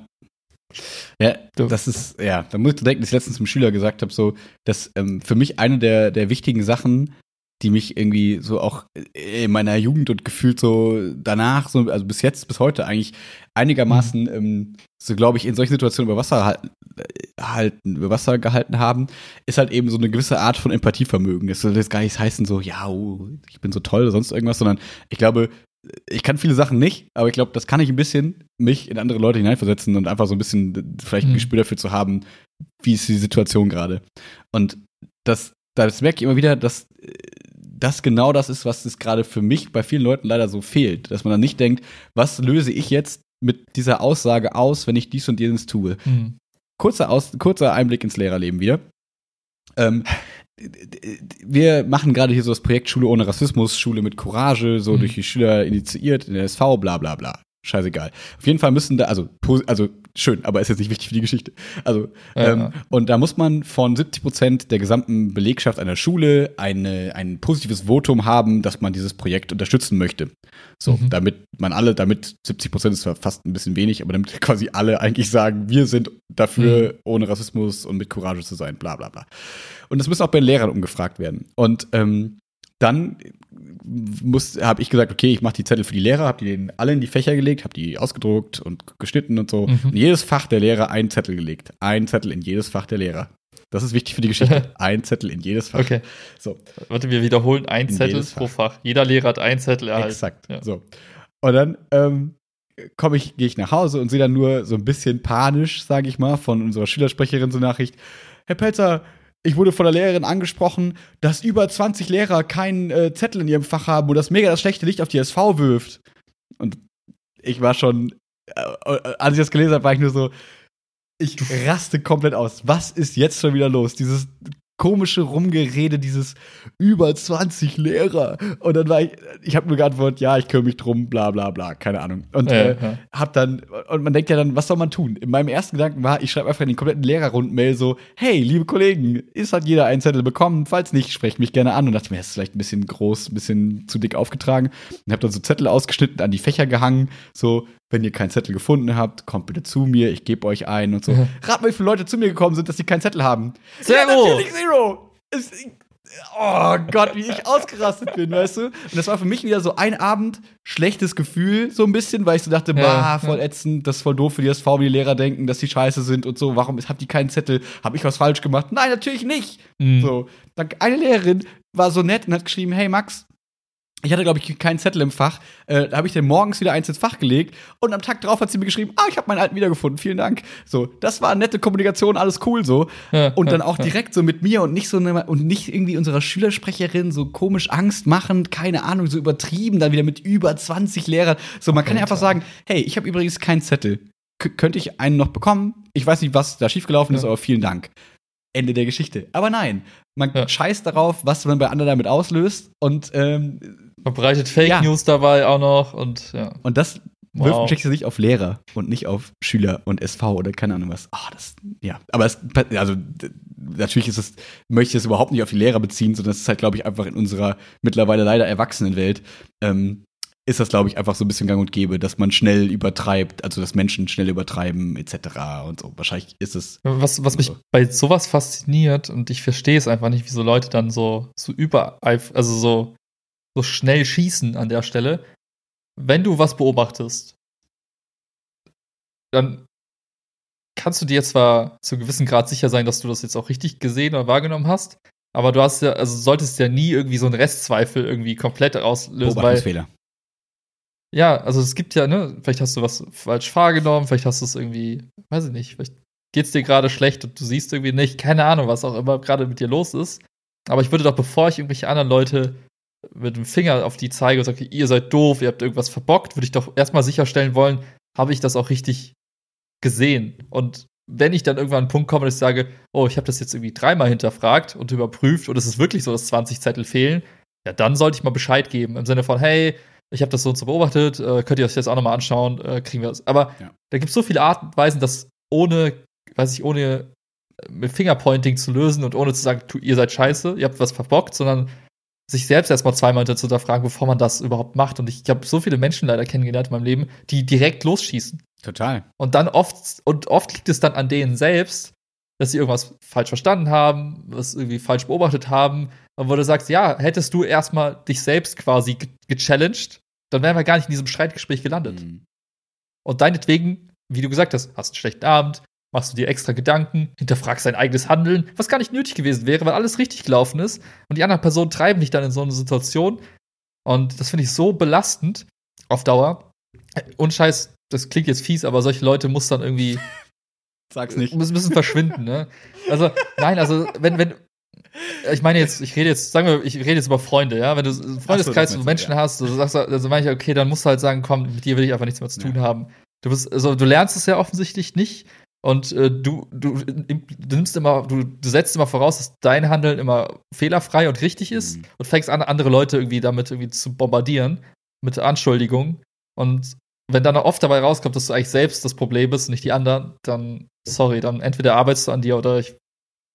Ja, Du. das ist, ja, da muss ich denken, dass ich letztens zum Schüler gesagt habe, so, dass ähm, für mich eine der, der wichtigen Sachen, die mich irgendwie so auch in meiner Jugend und gefühlt so danach, so, also bis jetzt, bis heute eigentlich einigermaßen, Mhm. ähm, so glaube ich, in solchen Situationen über Wasser halten, halten, über Wasser gehalten haben, ist halt eben so eine gewisse Art von Empathievermögen. Das soll jetzt gar nicht heißen, so, ja, oh, ich bin so toll oder sonst irgendwas, sondern ich glaube, ich kann viele Sachen nicht, aber ich glaube, das kann ich ein bisschen, mich in andere Leute hineinversetzen und einfach so ein bisschen vielleicht ein Mhm. Gespür dafür zu haben, wie ist die Situation gerade. Und das, das merke ich immer wieder, dass äh, das genau das ist, was es gerade für mich bei vielen Leuten leider so fehlt. Dass man dann nicht denkt, was löse ich jetzt mit dieser Aussage aus, wenn ich dies und jenes tue. Mhm. Kurzer, Aus, kurzer Einblick ins Lehrerleben wieder. Ähm, wir machen gerade hier so das Projekt Schule ohne Rassismus, Schule mit Courage, so Mhm. durch die Schüler initiiert, in der S V, bla bla bla. Scheißegal. Auf jeden Fall müssen da, also, pos- also schön, aber ist jetzt nicht wichtig für die Geschichte. Also, Ja, ähm, ja. und da muss man von siebzig Prozent der gesamten Belegschaft einer Schule eine, ein positives Votum haben, dass man dieses Projekt unterstützen möchte. So, Mhm. damit man alle, damit siebzig Prozent ist zwar fast ein bisschen wenig, aber damit quasi alle eigentlich sagen, wir sind dafür, Mhm. ohne Rassismus und mit Courage zu sein, bla bla bla. Und das müssen auch bei den Lehrern umgefragt werden. Und ähm, dann habe ich gesagt, okay, ich mache die Zettel für die Lehrer, habe die denen alle in die Fächer gelegt, habe die ausgedruckt und geschnitten und so. Mhm. In jedes Fach der Lehrer einen Zettel gelegt. Ein Zettel in jedes Fach der Lehrer. Das ist wichtig für die Geschichte. Ein Zettel in jedes Fach. Okay. So. Warte, wir wiederholen ein In Zettel jedes pro Fach. Fach. Jeder Lehrer hat einen Zettel erhalten. Exakt. Ja. So. Und dann ähm, komme ich, gehe ich nach Hause und sehe dann nur so ein bisschen panisch, sage ich mal, von unserer Schülersprecherin so Nachricht. Herr Pelzer, ich wurde von der Lehrerin angesprochen, dass über zwanzig Lehrer keinen äh, Zettel in ihrem Fach haben und das mega das schlechte Licht auf die S V wirft. Und ich war schon, äh, äh, als ich das gelesen habe, war ich nur so, ich raste komplett aus. Was ist jetzt schon wieder los? Dieses komische Rumgerede, dieses über zwanzig Lehrer. Und dann war ich, ich habe nur geantwortet, ja, ich kümmere mich drum, bla bla bla, keine Ahnung. Und Ja, äh, ja. hab dann, und man denkt ja dann, was soll man tun? In meinem ersten Gedanken war, ich schreibe einfach in den kompletten Lehrerrundmail so, hey, liebe Kollegen, ist hat jeder einen Zettel bekommen? Falls nicht, sprecht mich gerne an. Und dachte mir, das ist vielleicht ein bisschen groß, ein bisschen zu dick aufgetragen. Und hab dann so Zettel ausgeschnitten, an die Fächer gehangen, so, wenn ihr keinen Zettel gefunden habt, kommt bitte zu mir, ich gebe euch einen und so. Ja. Rat mal, wie viele Leute zu mir gekommen sind, dass sie keinen Zettel haben. Zero! Ja, natürlich Zero! Es, Oh Gott, wie ich ausgerastet bin, weißt du? Und das war für mich wieder so ein Abend, schlechtes Gefühl, so ein bisschen, weil ich so dachte, Ja. bah, voll ätzend, das ist voll doof für die S V, wie die Lehrer denken, dass die scheiße sind und so. Warum habt ihr keinen Zettel? Hab ich was falsch gemacht? Nein, natürlich nicht. Mhm. So, dann eine Lehrerin war so nett und hat geschrieben, hey Max, ich hatte, glaube ich, keinen Zettel im Fach. Äh, da habe ich dann morgens wieder eins ins Fach gelegt. Und am Tag drauf hat sie mir geschrieben, ah, ich habe meinen alten wiedergefunden, vielen Dank. So, das war eine nette Kommunikation, alles cool so. Ja, und dann ja, auch ja. direkt so mit mir und nicht so eine, und nicht irgendwie unserer Schülersprecherin so komisch Angst machend, keine Ahnung, so übertrieben, dann wieder mit über zwanzig Lehrern. So, man kann ja einfach sagen, hey, ich habe übrigens keinen Zettel. K- könnte ich einen noch bekommen? Ich weiß nicht, was da schiefgelaufen Ja. ist, aber vielen Dank. Ende der Geschichte. Aber nein, man Ja. scheißt darauf, was man bei anderen damit auslöst und ähm, Verbreitet Fake Ja. News dabei auch noch und ja. Und das Wow. wirft Jackson sich auf Lehrer und nicht auf Schüler und S V oder keine Ahnung was. Ah, das, ja. Aber es, also, d- natürlich ist es, möchte ich es überhaupt nicht auf die Lehrer beziehen, sondern es ist halt, glaube ich, einfach in unserer mittlerweile leider Erwachsenenwelt, ähm, ist das, glaube ich, einfach so ein bisschen gang und gäbe, dass man schnell übertreibt, also dass Menschen schnell übertreiben, et cetera und so. Wahrscheinlich ist es. Was, was mich so. bei sowas fasziniert, und ich verstehe es einfach nicht, wie so Leute dann so, so übereif, also so, so schnell schießen an der Stelle. Wenn du was beobachtest, dann kannst du dir zwar zu einem gewissen Grad sicher sein, dass du das jetzt auch richtig gesehen oder wahrgenommen hast, aber du hast ja, also solltest ja nie irgendwie so einen Restzweifel irgendwie komplett auslösen, weil Beobachtungsfehler. ja, also es gibt ja, ne, vielleicht hast du was falsch wahrgenommen, vielleicht hast du es irgendwie, weiß ich nicht, vielleicht geht's dir gerade schlecht und du siehst irgendwie nicht, keine Ahnung, was auch immer gerade mit dir los ist. Aber ich würde doch, bevor ich irgendwelche anderen Leute mit dem Finger auf die zeige und sage, ihr seid doof, ihr habt irgendwas verbockt, würde ich doch erstmal sicherstellen wollen, habe ich das auch richtig gesehen. Und wenn ich dann irgendwann an einen Punkt komme, dass ich sage, oh, ich habe das jetzt irgendwie dreimal hinterfragt und überprüft und es ist wirklich so, dass zwanzig Zettel fehlen, ja, dann sollte ich mal Bescheid geben. Im Sinne von, hey, ich habe das so und so beobachtet, äh, könnt ihr euch jetzt auch nochmal anschauen, äh, kriegen wir das. Aber Ja. da gibt es so viele Arten und Weisen, das ohne, weiß ich, ohne mit Fingerpointing zu lösen und ohne zu sagen, tu, ihr seid scheiße, ihr habt was verbockt, sondern sich selbst erstmal zweimal zu hinterfragen, bevor man das überhaupt macht. Und ich habe so viele Menschen leider kennengelernt in meinem Leben, die direkt losschießen. Total. Und dann oft, und oft liegt es dann an denen selbst, dass sie irgendwas falsch verstanden haben, was irgendwie falsch beobachtet haben. Und wo du sagst, ja, hättest du erstmal dich selbst quasi ge- gechallenged, dann wären wir gar nicht in diesem Streitgespräch gelandet. Mhm. Und deinetwegen, wie du gesagt hast, hast einen schlechten Abend, machst du dir extra Gedanken, hinterfragst dein eigenes Handeln, was gar nicht nötig gewesen wäre, weil alles richtig gelaufen ist. Und die anderen Personen treiben dich dann in so eine Situation. Und das finde ich so belastend auf Dauer. Und Scheiß, das klingt jetzt fies, aber solche Leute muss dann irgendwie Sag's nicht. müssen, müssen verschwinden, ne? Also, nein, also, wenn, wenn, ich meine jetzt, ich rede jetzt, sagen wir, ich rede jetzt über Freunde, ja? Wenn du einen Freundeskreis, das wo du meinst du, Menschen ja. hast, du sagst, also meine ich, okay, dann musst du halt sagen, komm, mit dir will ich einfach nichts mehr zu tun Ja. haben. Du bist, also, du lernst es ja offensichtlich nicht. Und äh, du, du, du nimmst immer, du, du setzt immer voraus, dass dein Handeln immer fehlerfrei und richtig ist Mhm. und fängst an, andere Leute irgendwie damit irgendwie zu bombardieren mit Anschuldigungen. Und wenn dann oft dabei rauskommt, dass du eigentlich selbst das Problem bist und nicht die anderen, dann, sorry, dann entweder arbeitest du an dir oder ich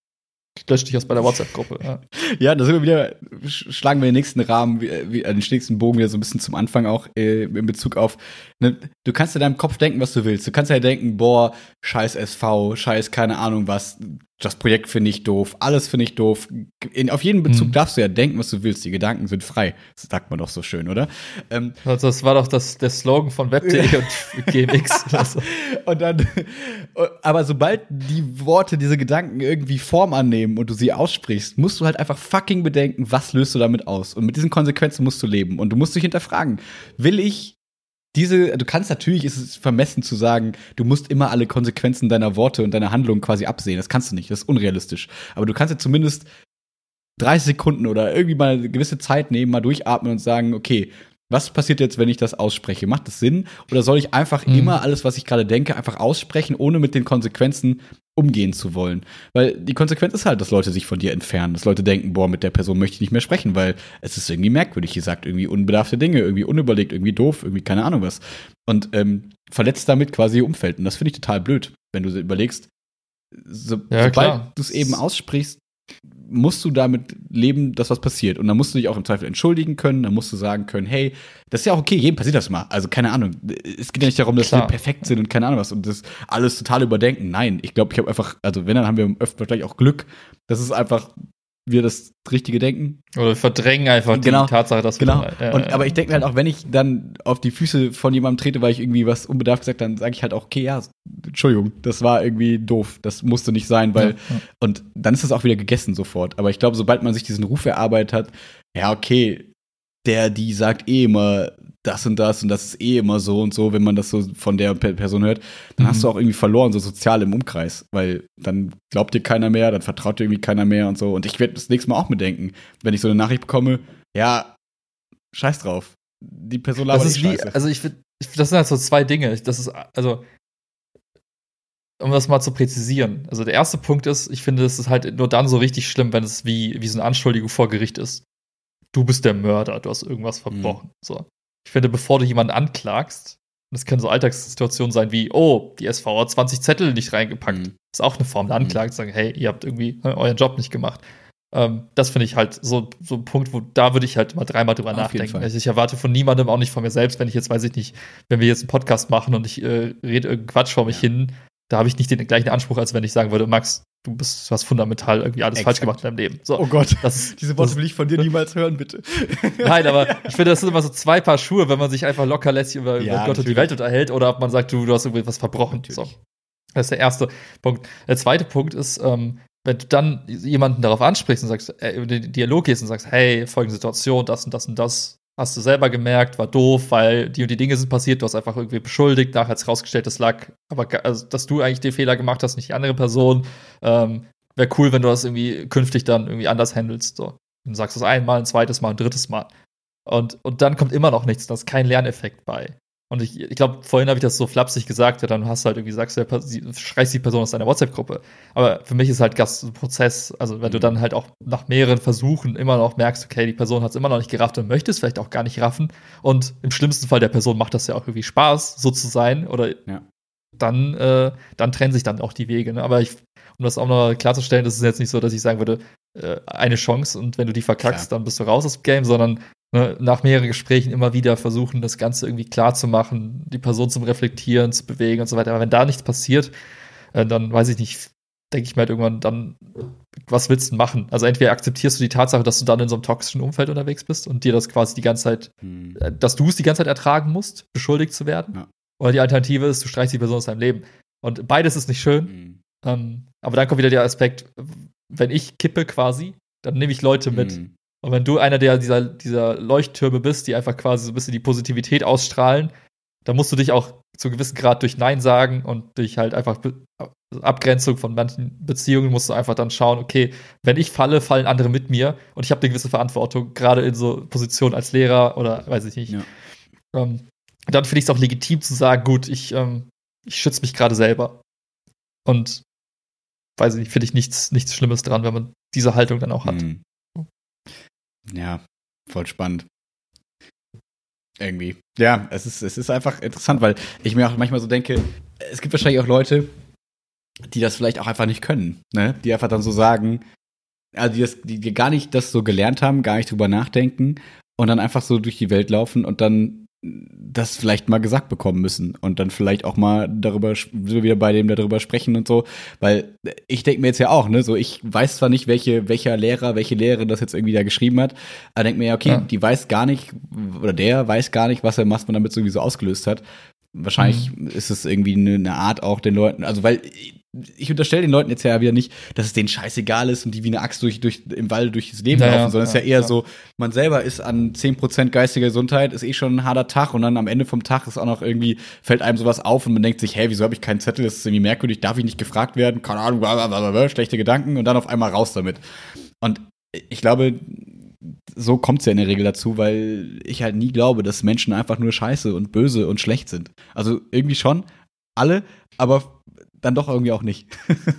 lösche dich aus bei der WhatsApp-Gruppe. Ja. Ja, da sind wir wieder, sch- schlagen wir den nächsten Rahmen, wie, wie, äh, den nächsten Bogen wieder so ein bisschen zum Anfang auch äh, in Bezug auf, ne, du kannst in deinem Kopf denken, was du willst. Du kannst ja denken, boah, scheiß S V, scheiß keine Ahnung was, das Projekt finde ich doof, alles finde ich doof. In, auf jeden Bezug Mhm. darfst du ja denken, was du willst. Die Gedanken sind frei. Das sagt man doch so schön, oder? Ähm, Also das war doch das, der Slogan von web punkt de und G M X. Also, Und dann, aber sobald die Worte, diese Gedanken irgendwie Form annehmen und du sie aussprichst, musst du halt einfach fucking bedenken, was löst du damit aus? Und mit diesen Konsequenzen musst du leben. Und du musst dich hinterfragen, will ich diese, du kannst natürlich, ist es vermessen zu sagen, du musst immer alle Konsequenzen deiner Worte und deiner Handlungen quasi absehen. Das kannst du nicht, das ist unrealistisch. Aber du kannst ja zumindest dreißig Sekunden oder irgendwie mal eine gewisse Zeit nehmen, mal durchatmen und sagen, okay, was passiert jetzt, wenn ich das ausspreche? Macht das Sinn? Oder soll ich einfach Mhm. immer alles, was ich gerade denke, einfach aussprechen, ohne mit den Konsequenzen umgehen zu wollen? Weil die Konsequenz ist halt, dass Leute sich von dir entfernen, dass Leute denken, boah, mit der Person möchte ich nicht mehr sprechen, weil es ist irgendwie merkwürdig, ihr sagt irgendwie unbedarfte Dinge, irgendwie unüberlegt, irgendwie doof, irgendwie keine Ahnung was. Und ähm, verletzt damit quasi ihr Umfeld. Und das finde ich total blöd, wenn du überlegst, so, Ja, klar. sobald du es eben aussprichst, musst du damit leben, dass was passiert. Und dann musst du dich auch im Zweifel entschuldigen können, dann musst du sagen können, hey, das ist ja auch okay, jedem passiert das mal. Also keine Ahnung, es geht ja nicht darum, dass Klar. wir perfekt sind und keine Ahnung was und das alles total überdenken. Nein, ich glaube, ich habe einfach, also wenn, dann haben wir öfter vielleicht auch Glück, dass es einfach wir das Richtige denken. Oder wir verdrängen einfach genau, die Tatsache, dass genau. wir dann, äh, Und, aber ich denke mir halt auch, wenn ich dann auf die Füße von jemandem trete, weil ich irgendwie was unbedarft gesagt habe, dann sage ich halt auch, okay, ja, Entschuldigung, das war irgendwie doof, das musste nicht sein, weil, ja, ja. Und dann ist das auch wieder gegessen sofort. Aber ich glaube, sobald man sich diesen Ruf erarbeitet hat, ja, okay, der, die sagt eh immer das und das und das ist eh immer so und so, wenn man das so von der Person hört, dann mhm. hast du auch irgendwie verloren, so sozial im Umkreis, weil dann glaubt dir keiner mehr, dann vertraut dir irgendwie keiner mehr und so. Und ich werde das nächste Mal auch mitdenken, wenn ich so eine Nachricht bekomme, ja, scheiß drauf. Die Person labert das ist nicht wie, scheiße. Also ich finde, das sind halt so zwei Dinge. Das ist, also, um das mal zu präzisieren. Also der erste Punkt ist, ich finde, es ist halt nur dann so richtig schlimm, wenn es wie, wie so eine Anschuldigung vor Gericht ist. Du bist der Mörder, du hast irgendwas verbrochen. Mhm. So. Ich finde, bevor du jemanden anklagst, und das können so Alltagssituationen sein wie, oh, die S V hat zwanzig Zettel nicht reingepackt. Mhm. Ist auch eine Form der Anklage, mhm. sagen, hey, ihr habt irgendwie ne, euren Job nicht gemacht. Ähm, das finde ich halt so, so ein Punkt, wo da würde ich halt mal dreimal drüber Auf nachdenken. Also ich erwarte von niemandem, auch nicht von mir selbst, wenn ich jetzt, weiß ich nicht, wenn wir jetzt einen Podcast machen und ich äh, rede irgendeinen Quatsch vor mich ja. hin, da habe ich nicht den gleichen Anspruch, als wenn ich sagen würde, Max, du bist, du hast fundamental irgendwie alles Exakt. falsch gemacht in deinem Leben. So, oh Gott, das, diese Worte will ich von dir niemals hören, bitte. Nein, aber ich finde, das sind immer so zwei Paar Schuhe, wenn man sich einfach locker lässig über, ja, über Gott natürlich. und die Welt unterhält oder ob man sagt, du, du hast irgendwie was verbrochen. So. Das ist der erste Punkt. Der zweite Punkt ist, ähm, wenn du dann jemanden darauf ansprichst und sagst, äh, über den Dialog gehst und sagst, hey, folgende Situation, das und das und das, hast du selber gemerkt, war doof, weil die und die Dinge sind passiert, du hast einfach irgendwie beschuldigt, nachher hat es rausgestellt, das lag, aber also, dass du eigentlich den Fehler gemacht hast, nicht die andere Person. Ähm, wäre cool, wenn du das irgendwie künftig dann irgendwie anders handelst. So. Du sagst das einmal, ein zweites Mal, ein drittes Mal. Und, und dann kommt immer noch nichts, da ist kein Lerneffekt bei. Und ich, ich glaube, vorhin habe ich das so flapsig gesagt, ja, dann hast du halt irgendwie, sagst du, schreist die Person aus deiner WhatsApp-Gruppe. Aber für mich ist halt Gast ein Prozess, also wenn mhm. du dann halt auch nach mehreren Versuchen immer noch merkst, okay, die Person hat es immer noch nicht gerafft und möchte es vielleicht auch gar nicht raffen. Und im schlimmsten Fall der Person macht das ja auch irgendwie Spaß, so zu sein. Oder ja. dann, äh, dann trennen sich dann auch die Wege. Ne? Aber ich, um das auch noch klarzustellen, das ist jetzt nicht so, dass ich sagen würde, äh, eine Chance und wenn du die verkackst, Klar. dann bist du raus aus dem Game, sondern ne, nach mehreren Gesprächen immer wieder versuchen, das Ganze irgendwie klar zu machen, die Person zum Reflektieren, zu bewegen und so weiter. Aber wenn da nichts passiert, äh, dann weiß ich nicht, denke ich mir halt irgendwann, dann, was willst du denn machen? Also entweder akzeptierst du die Tatsache, dass du dann in so einem toxischen Umfeld unterwegs bist und dir das quasi die ganze Zeit, hm. äh, dass du es die ganze Zeit ertragen musst, beschuldigt zu werden. Ja. Oder die Alternative ist, du streichst die Person aus deinem Leben. Und beides ist nicht schön. Hm. Ähm, aber dann kommt wieder der Aspekt, wenn ich kippe quasi, dann nehme ich Leute mit. Hm. Und wenn du einer der dieser, dieser Leuchttürme bist, die einfach quasi so ein bisschen die Positivität ausstrahlen, dann musst du dich auch zu einem gewissen Grad durch Nein sagen und durch halt einfach Be- Abgrenzung von manchen Beziehungen musst du einfach dann schauen, okay, wenn ich falle, fallen andere mit mir und ich habe eine gewisse Verantwortung, gerade in so Positionen als Lehrer oder weiß ich nicht. Ja. Ähm, dann finde ich es auch legitim zu sagen, gut, ich, ähm, ich schütze mich gerade selber. Und weiß ich nicht, finde ich nichts, nichts Schlimmes dran, wenn man diese Haltung dann auch hat. Mhm. Ja, voll spannend. Irgendwie. Ja, es ist, es ist einfach interessant, weil ich mir auch manchmal so denke, es gibt wahrscheinlich auch Leute, die das vielleicht auch einfach nicht können, ne? Die einfach dann so sagen, also die, das, die, die gar nicht das so gelernt haben, gar nicht drüber nachdenken und dann einfach so durch die Welt laufen und dann das vielleicht mal gesagt bekommen müssen und dann vielleicht auch mal darüber, so wieder bei dem darüber sprechen und so, weil ich denke mir jetzt ja auch, ne, so ich weiß zwar nicht, welche, welcher Lehrer, welche Lehrerin das jetzt irgendwie da geschrieben hat, aber denke mir ja, okay, ja. die weiß gar nicht, oder der weiß gar nicht, was er was man damit so irgendwie so ausgelöst hat. Wahrscheinlich mhm. ist es irgendwie eine, eine Art auch den Leuten, also weil ich unterstelle den Leuten jetzt ja wieder nicht, dass es denen scheißegal ist und die wie eine Axt durch, durch, im Wald durch das Leben ja, laufen, sondern es ja, ist ja eher ja. so, man selber ist an zehn Prozent geistiger Gesundheit, ist eh schon ein harter Tag und dann am Ende vom Tag ist auch noch irgendwie, fällt einem sowas auf und man denkt sich, hey, wieso habe ich keinen Zettel, das ist irgendwie merkwürdig, darf ich nicht gefragt werden, keine Ahnung, blablabla, schlechte Gedanken und dann auf einmal raus damit. Und ich glaube, so kommt's ja in der Regel dazu, weil ich halt nie glaube, dass Menschen einfach nur scheiße und böse und schlecht sind. Also irgendwie schon, alle, aber dann doch irgendwie auch nicht.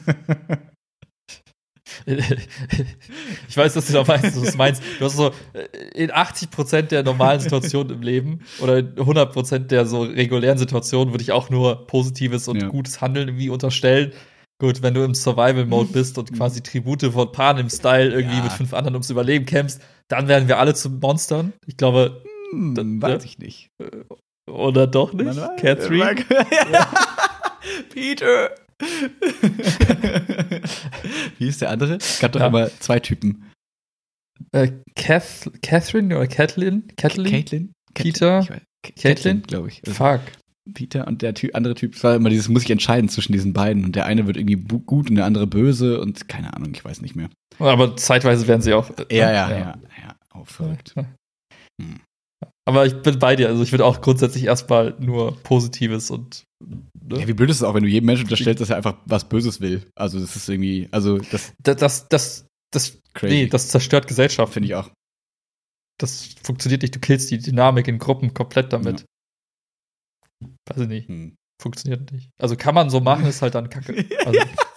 Ich weiß, dass du da meinst, was du meinst. Du hast so in achtzig Prozent der normalen Situationen im Leben oder in hundert Prozent der so regulären Situationen würde ich auch nur positives und ja. gutes Handeln irgendwie unterstellen. Gut, wenn du im Survival-Mode bist und quasi Tribute von Panem-Style irgendwie ja. mit fünf anderen ums Überleben kämpfst, dann werden wir alle zu Monstern. Ich glaube, hm, dann, weiß ja. ich nicht. Oder doch nicht? Catherine? Ja. Peter! Wie ist der andere? Es gab doch ja. immer zwei Typen. Äh, Kath, Catherine oder Kathleen? Kathleen? Caitlin? Peter? Caitlin, glaube ich. Fuck. Peter und der Ty- andere Typ, es war immer dieses, muss ich entscheiden zwischen diesen beiden und der eine wird irgendwie bu- gut und der andere böse und keine Ahnung, ich weiß nicht mehr. Aber zeitweise werden sie auch. Äh, ja, ja, ja, ja, ja, auch verrückt. Hm. Aber ich bin bei dir, also ich würde auch grundsätzlich erstmal nur Positives und. Ne? Ja, wie blöd ist es auch, wenn du jedem Menschen unterstellst, dass er einfach was Böses will. Also, das ist irgendwie, also, das. Das, das, das, das crazy. Nee, das zerstört Gesellschaft. Finde ich auch. Das funktioniert nicht, du killst die Dynamik in Gruppen komplett damit. Ja. Weiß ich nicht. Hm. Funktioniert nicht. Also kann man so machen, ist halt dann Kacke. Also.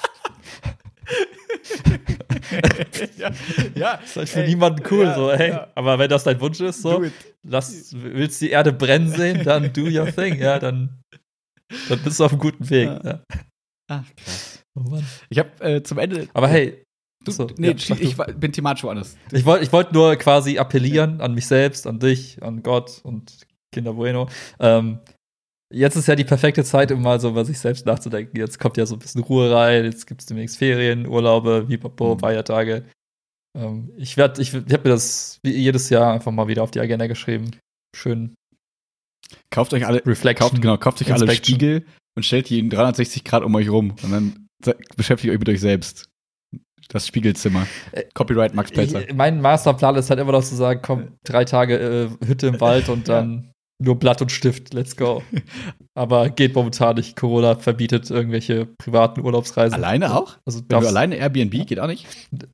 ja, ja. Ist halt für ey, niemanden cool, ja, so, hey. Ja. Aber wenn das dein Wunsch ist, so, lass, willst die Erde brennen sehen, dann do your thing, ja, dann, dann bist du auf einem guten Weg. Ja. Ja. Ach, krass. Oh Mann. Ich hab äh, zum Ende. Aber hey. Du, so, nee, ja, ich, ich bin thematisch woanders. Ich wollte ich wollt nur quasi appellieren an mich selbst, an dich, an Gott und Kinder Bueno. Ähm, Jetzt ist ja die perfekte Zeit, um mal so über sich selbst nachzudenken. Jetzt kommt ja so ein bisschen Ruhe rein, jetzt gibt es demnächst Ferien, Urlaube, wie Papo, Feiertage. Ähm, ich werd, ich, ich habe mir das wie jedes Jahr einfach mal wieder auf die Agenda geschrieben. Schön. Kauft euch alle, kauft, genau, kauft euch alle Spiegel und stellt die in dreihundertsechzig Grad um euch rum. Und dann beschäftigt euch mit euch selbst. Das Spiegelzimmer. Äh, Copyright Max Pelzer. Mein Masterplan ist halt immer noch zu sagen, komm, drei Tage äh, Hütte im Wald und dann ja. Nur Blatt und Stift, let's go. Aber geht momentan nicht. Corona verbietet irgendwelche privaten Urlaubsreisen. Alleine auch? Also wenn du alleine Airbnb, ja. geht auch nicht?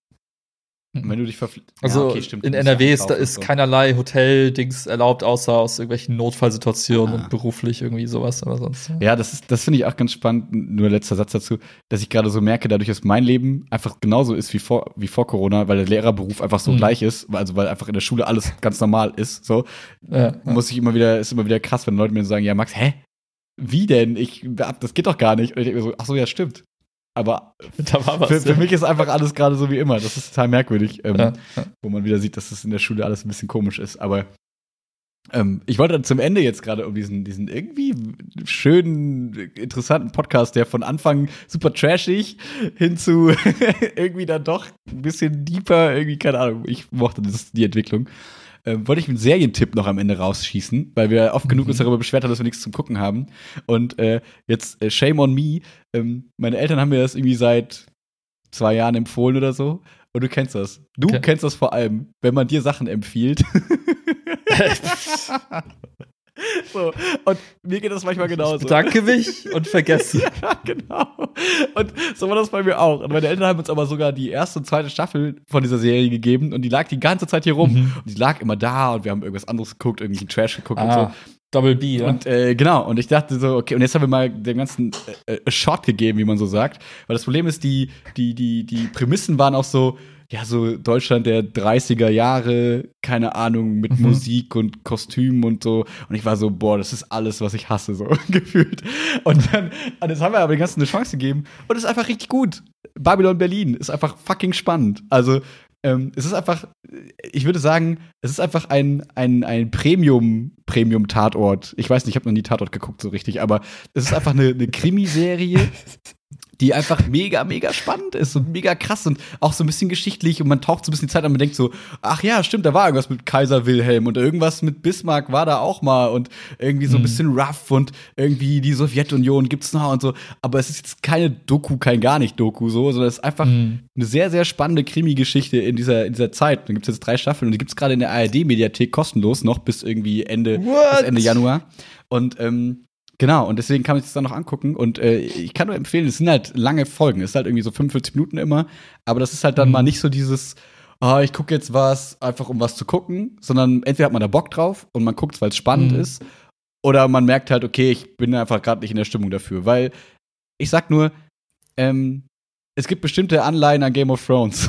Und wenn du dich verpflichtest. Also ja, okay, stimmt, in N R W ist, da ist so. Keinerlei Hotel-Dings erlaubt, außer aus irgendwelchen Notfallsituationen ah. und beruflich irgendwie sowas. Aber sonst. Ja, ja das, das finde ich auch ganz spannend. Nur letzter Satz dazu, dass ich gerade so merke, dadurch, dass mein Leben einfach genauso ist wie vor, wie vor Corona, weil der Lehrerberuf einfach so mhm. gleich ist, also weil einfach in der Schule alles ganz normal ist, so, ja, muss ich immer wieder, ist immer wieder krass, wenn Leute mir sagen, ja, Max, hä? Wie denn? Ich, das geht doch gar nicht. Und ich denke mir so, ach so, ja, stimmt. Aber da war was, für, für ja. mich ist einfach alles gerade so wie immer. Das ist total merkwürdig, ähm, ja, ja. wo man wieder sieht, dass das in der Schule alles ein bisschen komisch ist. Aber ähm, ich wollte dann zum Ende jetzt gerade um diesen, diesen irgendwie schönen, interessanten Podcast, der von Anfang super trashig hin zu irgendwie dann doch ein bisschen deeper, irgendwie, keine Ahnung, ich mochte das, die Entwicklung. Ähm, wollte ich einen Serientipp noch am Ende rausschießen, weil wir oft genug uns darüber beschwert haben, dass wir nichts zum Gucken haben. Und äh, jetzt äh, Shame on me. Ähm, meine Eltern haben mir das irgendwie seit zwei Jahren empfohlen oder so. Und du kennst das. Du okay. kennst das vor allem, wenn man dir Sachen empfiehlt. So, und mir geht das manchmal genauso. Ich bedanke mich und vergesse. Ja, genau. Und so war das bei mir auch. Und meine Eltern haben uns aber sogar die erste und zweite Staffel von dieser Serie gegeben und die lag die ganze Zeit hier rum. Mhm. Und die lag immer da und wir haben irgendwas anderes geguckt, irgendwie Trash geguckt ah, und so. Double B, ja. Und äh, genau, und ich dachte so, okay, und jetzt haben wir mal dem ganzen äh, äh, Shot gegeben, wie man so sagt. Weil das Problem ist, die, die, die, die Prämissen waren auch so, ja, so Deutschland der dreißiger Jahre, keine Ahnung, mit mhm. Musik und Kostümen und so. Und ich war so, boah, das ist alles, was ich hasse, so gefühlt. Und dann, und jetzt haben wir aber den ganzen eine Chance gegeben. Und es ist einfach richtig gut. Babylon Berlin ist einfach fucking spannend. Also, ähm, es ist einfach, ich würde sagen, es ist einfach ein, ein, ein Premium, Premium-Tatort. Ich weiß nicht, ich habe noch nie Tatort geguckt so richtig, aber es ist einfach eine, eine Krimiserie, die einfach mega, mega spannend ist und mega krass und auch so ein bisschen geschichtlich und man taucht so ein bisschen die Zeit an und man denkt so, ach ja, stimmt, da war irgendwas mit Kaiser Wilhelm und irgendwas mit Bismarck war da auch mal und irgendwie so ein bisschen rough und irgendwie die Sowjetunion gibt's noch und so, aber es ist jetzt keine Doku, kein gar nicht Doku so, sondern es ist einfach mhm. eine sehr, sehr spannende Krimi-Geschichte in dieser, in dieser Zeit. Dann gibt's jetzt drei Staffeln und die gibt's gerade in der A R D-Mediathek kostenlos noch bis irgendwie Ende, bis Ende Januar und ähm genau, und deswegen kann man sich das dann noch angucken. Und äh, ich kann nur empfehlen, es sind halt lange Folgen. Es ist halt irgendwie so fünfundvierzig Minuten immer. Aber das ist halt dann mhm. mal nicht so dieses, oh, ich gucke jetzt was, einfach um was zu gucken. Sondern entweder hat man da Bock drauf und man guckt, weil es spannend mhm. ist. Oder man merkt halt, okay, ich bin einfach gerade nicht in der Stimmung dafür. Weil, ich sag nur, ähm, es gibt bestimmte Anleihen an Game of Thrones.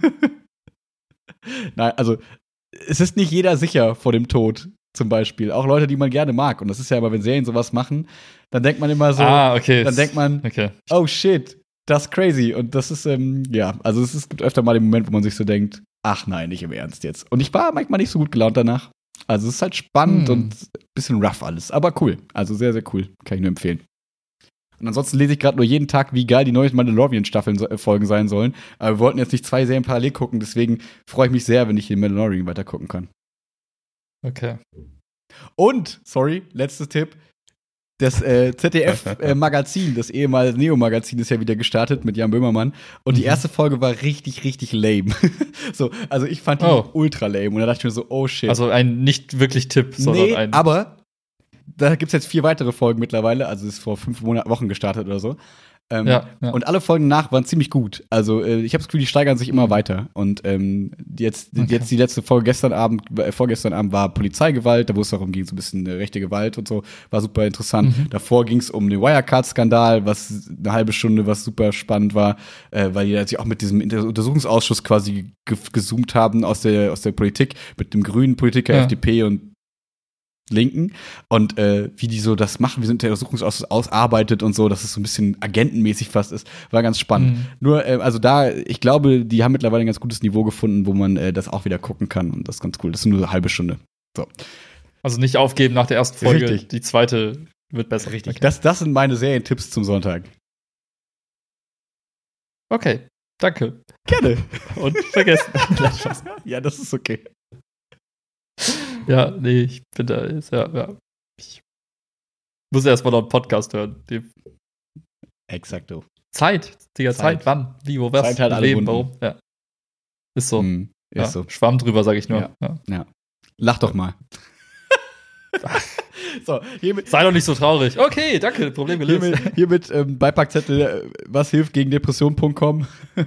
Nein, also, es ist nicht jeder sicher vor dem Tod. Zum Beispiel. Auch Leute, die man gerne mag. Und das ist ja aber, wenn Serien sowas machen, dann denkt man immer so, ah, okay. dann denkt man, okay. oh shit, das ist crazy. Und das ist, ähm, ja, also es, ist, es gibt öfter mal den Moment, wo man sich so denkt, ach nein, nicht im Ernst jetzt. Und ich war manchmal nicht so gut gelaunt danach. Also es ist halt spannend hm. und ein bisschen rough alles. Aber cool. Also sehr, sehr cool. Kann ich nur empfehlen. Und ansonsten lese ich gerade nur jeden Tag, wie geil die neuen Mandalorian-Staffeln-Folgen sein sollen. Aber wir wollten jetzt nicht zwei Serien parallel gucken, deswegen freue ich mich sehr, wenn ich den Mandalorian weiter gucken kann. Okay. Und, sorry, letzter Tipp. Das äh, Z D F-Magazin, äh, das ehemalige Neo-Magazin, ist ja wieder gestartet mit Jan Böhmermann. Und die erste Folge war richtig, richtig lame. so, also ich fand die oh. ultra lame. Und da dachte ich mir so, oh shit. Also ein nicht wirklich Tipp, sondern nee, ein. Aber da gibt's jetzt vier weitere Folgen mittlerweile. Also es ist vor fünf Monaten, Wochen gestartet oder so. Ähm, ja, ja. Und alle Folgen nach waren ziemlich gut. Also äh, ich habe das Gefühl, die steigern sich immer weiter. Und ähm, jetzt, okay. jetzt die letzte Folge gestern Abend, äh, vorgestern Abend war Polizeigewalt, da wo es darum ging, so ein bisschen äh, rechte Gewalt und so, war super interessant. Mhm. Davor ging es um den Wirecard-Skandal, was eine halbe Stunde, was super spannend war, äh, weil die sich auch mit diesem Untersuchungsausschuss quasi ge- gezoomt haben aus der, aus der Politik, mit dem grünen Politiker, ja. F D P und Linken und äh, wie die so das machen, wie so ein Untersuchungsausschuss ausarbeitet und so, dass es so ein bisschen agentenmäßig fast ist, war ganz spannend. Mhm. Nur, äh, also da, ich glaube, die haben mittlerweile ein ganz gutes Niveau gefunden, wo man äh, das auch wieder gucken kann und das ist ganz cool. Das ist nur eine halbe Stunde. So. Also nicht aufgeben nach der ersten Folge, Richtig. Die zweite wird besser. Richtig. Okay. Das, das sind meine Serientipps zum Sonntag. Okay, danke. Gerne. Und vergessen. Ja, das ist okay. Ja, nee, ich bin da, ja, ja. Ich muss erst mal noch einen Podcast hören. Die Exakto. Zeit, Digga, Zeit. Zeit, wann, wie, wo, was, Zeit halt alle wem, warum, ja. Ist so. Mm, ist ja. so. Schwamm drüber, sag ich nur. Ja. Ja. ja. Lach doch mal. so, hiermit, sei doch nicht so traurig. Okay, danke, Problem gelöst. Hiermit, hiermit ähm, Beipackzettel, äh, was hilft gegen Depression punkt com.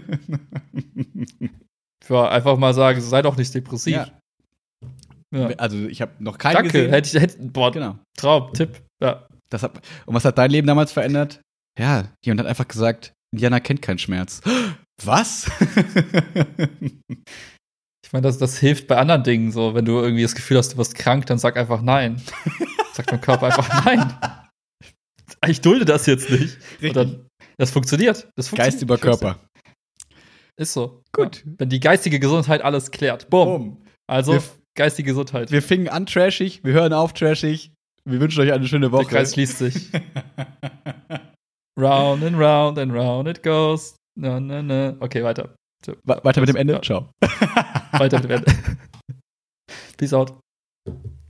Ja, einfach mal sagen, sei doch nicht depressiv. Ja. Ja. Also ich habe noch keinen Danke, gesehen. hätte ich, hätte, boah, genau. Traum, Tipp, ja. Das hat, und was hat dein Leben damals verändert? Ja, jemand hat einfach gesagt, Indianer kennt keinen Schmerz. Was? Ich meine, das, das hilft bei anderen Dingen so, wenn du irgendwie das Gefühl hast, du wirst krank, dann sag einfach nein. Sag dein Körper einfach nein. Ich dulde das jetzt nicht. Richtig. Und dann, das funktioniert. Das funktioniert. Geist über Körper. Ist so. Gut. Ja. Wenn die geistige Gesundheit alles klärt. Boom. Boom. Also, wir, geistige Gesundheit. Wir fingen an trashig, wir hören auf trashig. Wir wünschen euch eine schöne Woche. Der Kreis schließt sich. Round and round and round it goes. Na, na, na. Okay, weiter. So. Weiter mit dem Ende. Ja. Ciao. Weiter mit dem Ende. Peace out.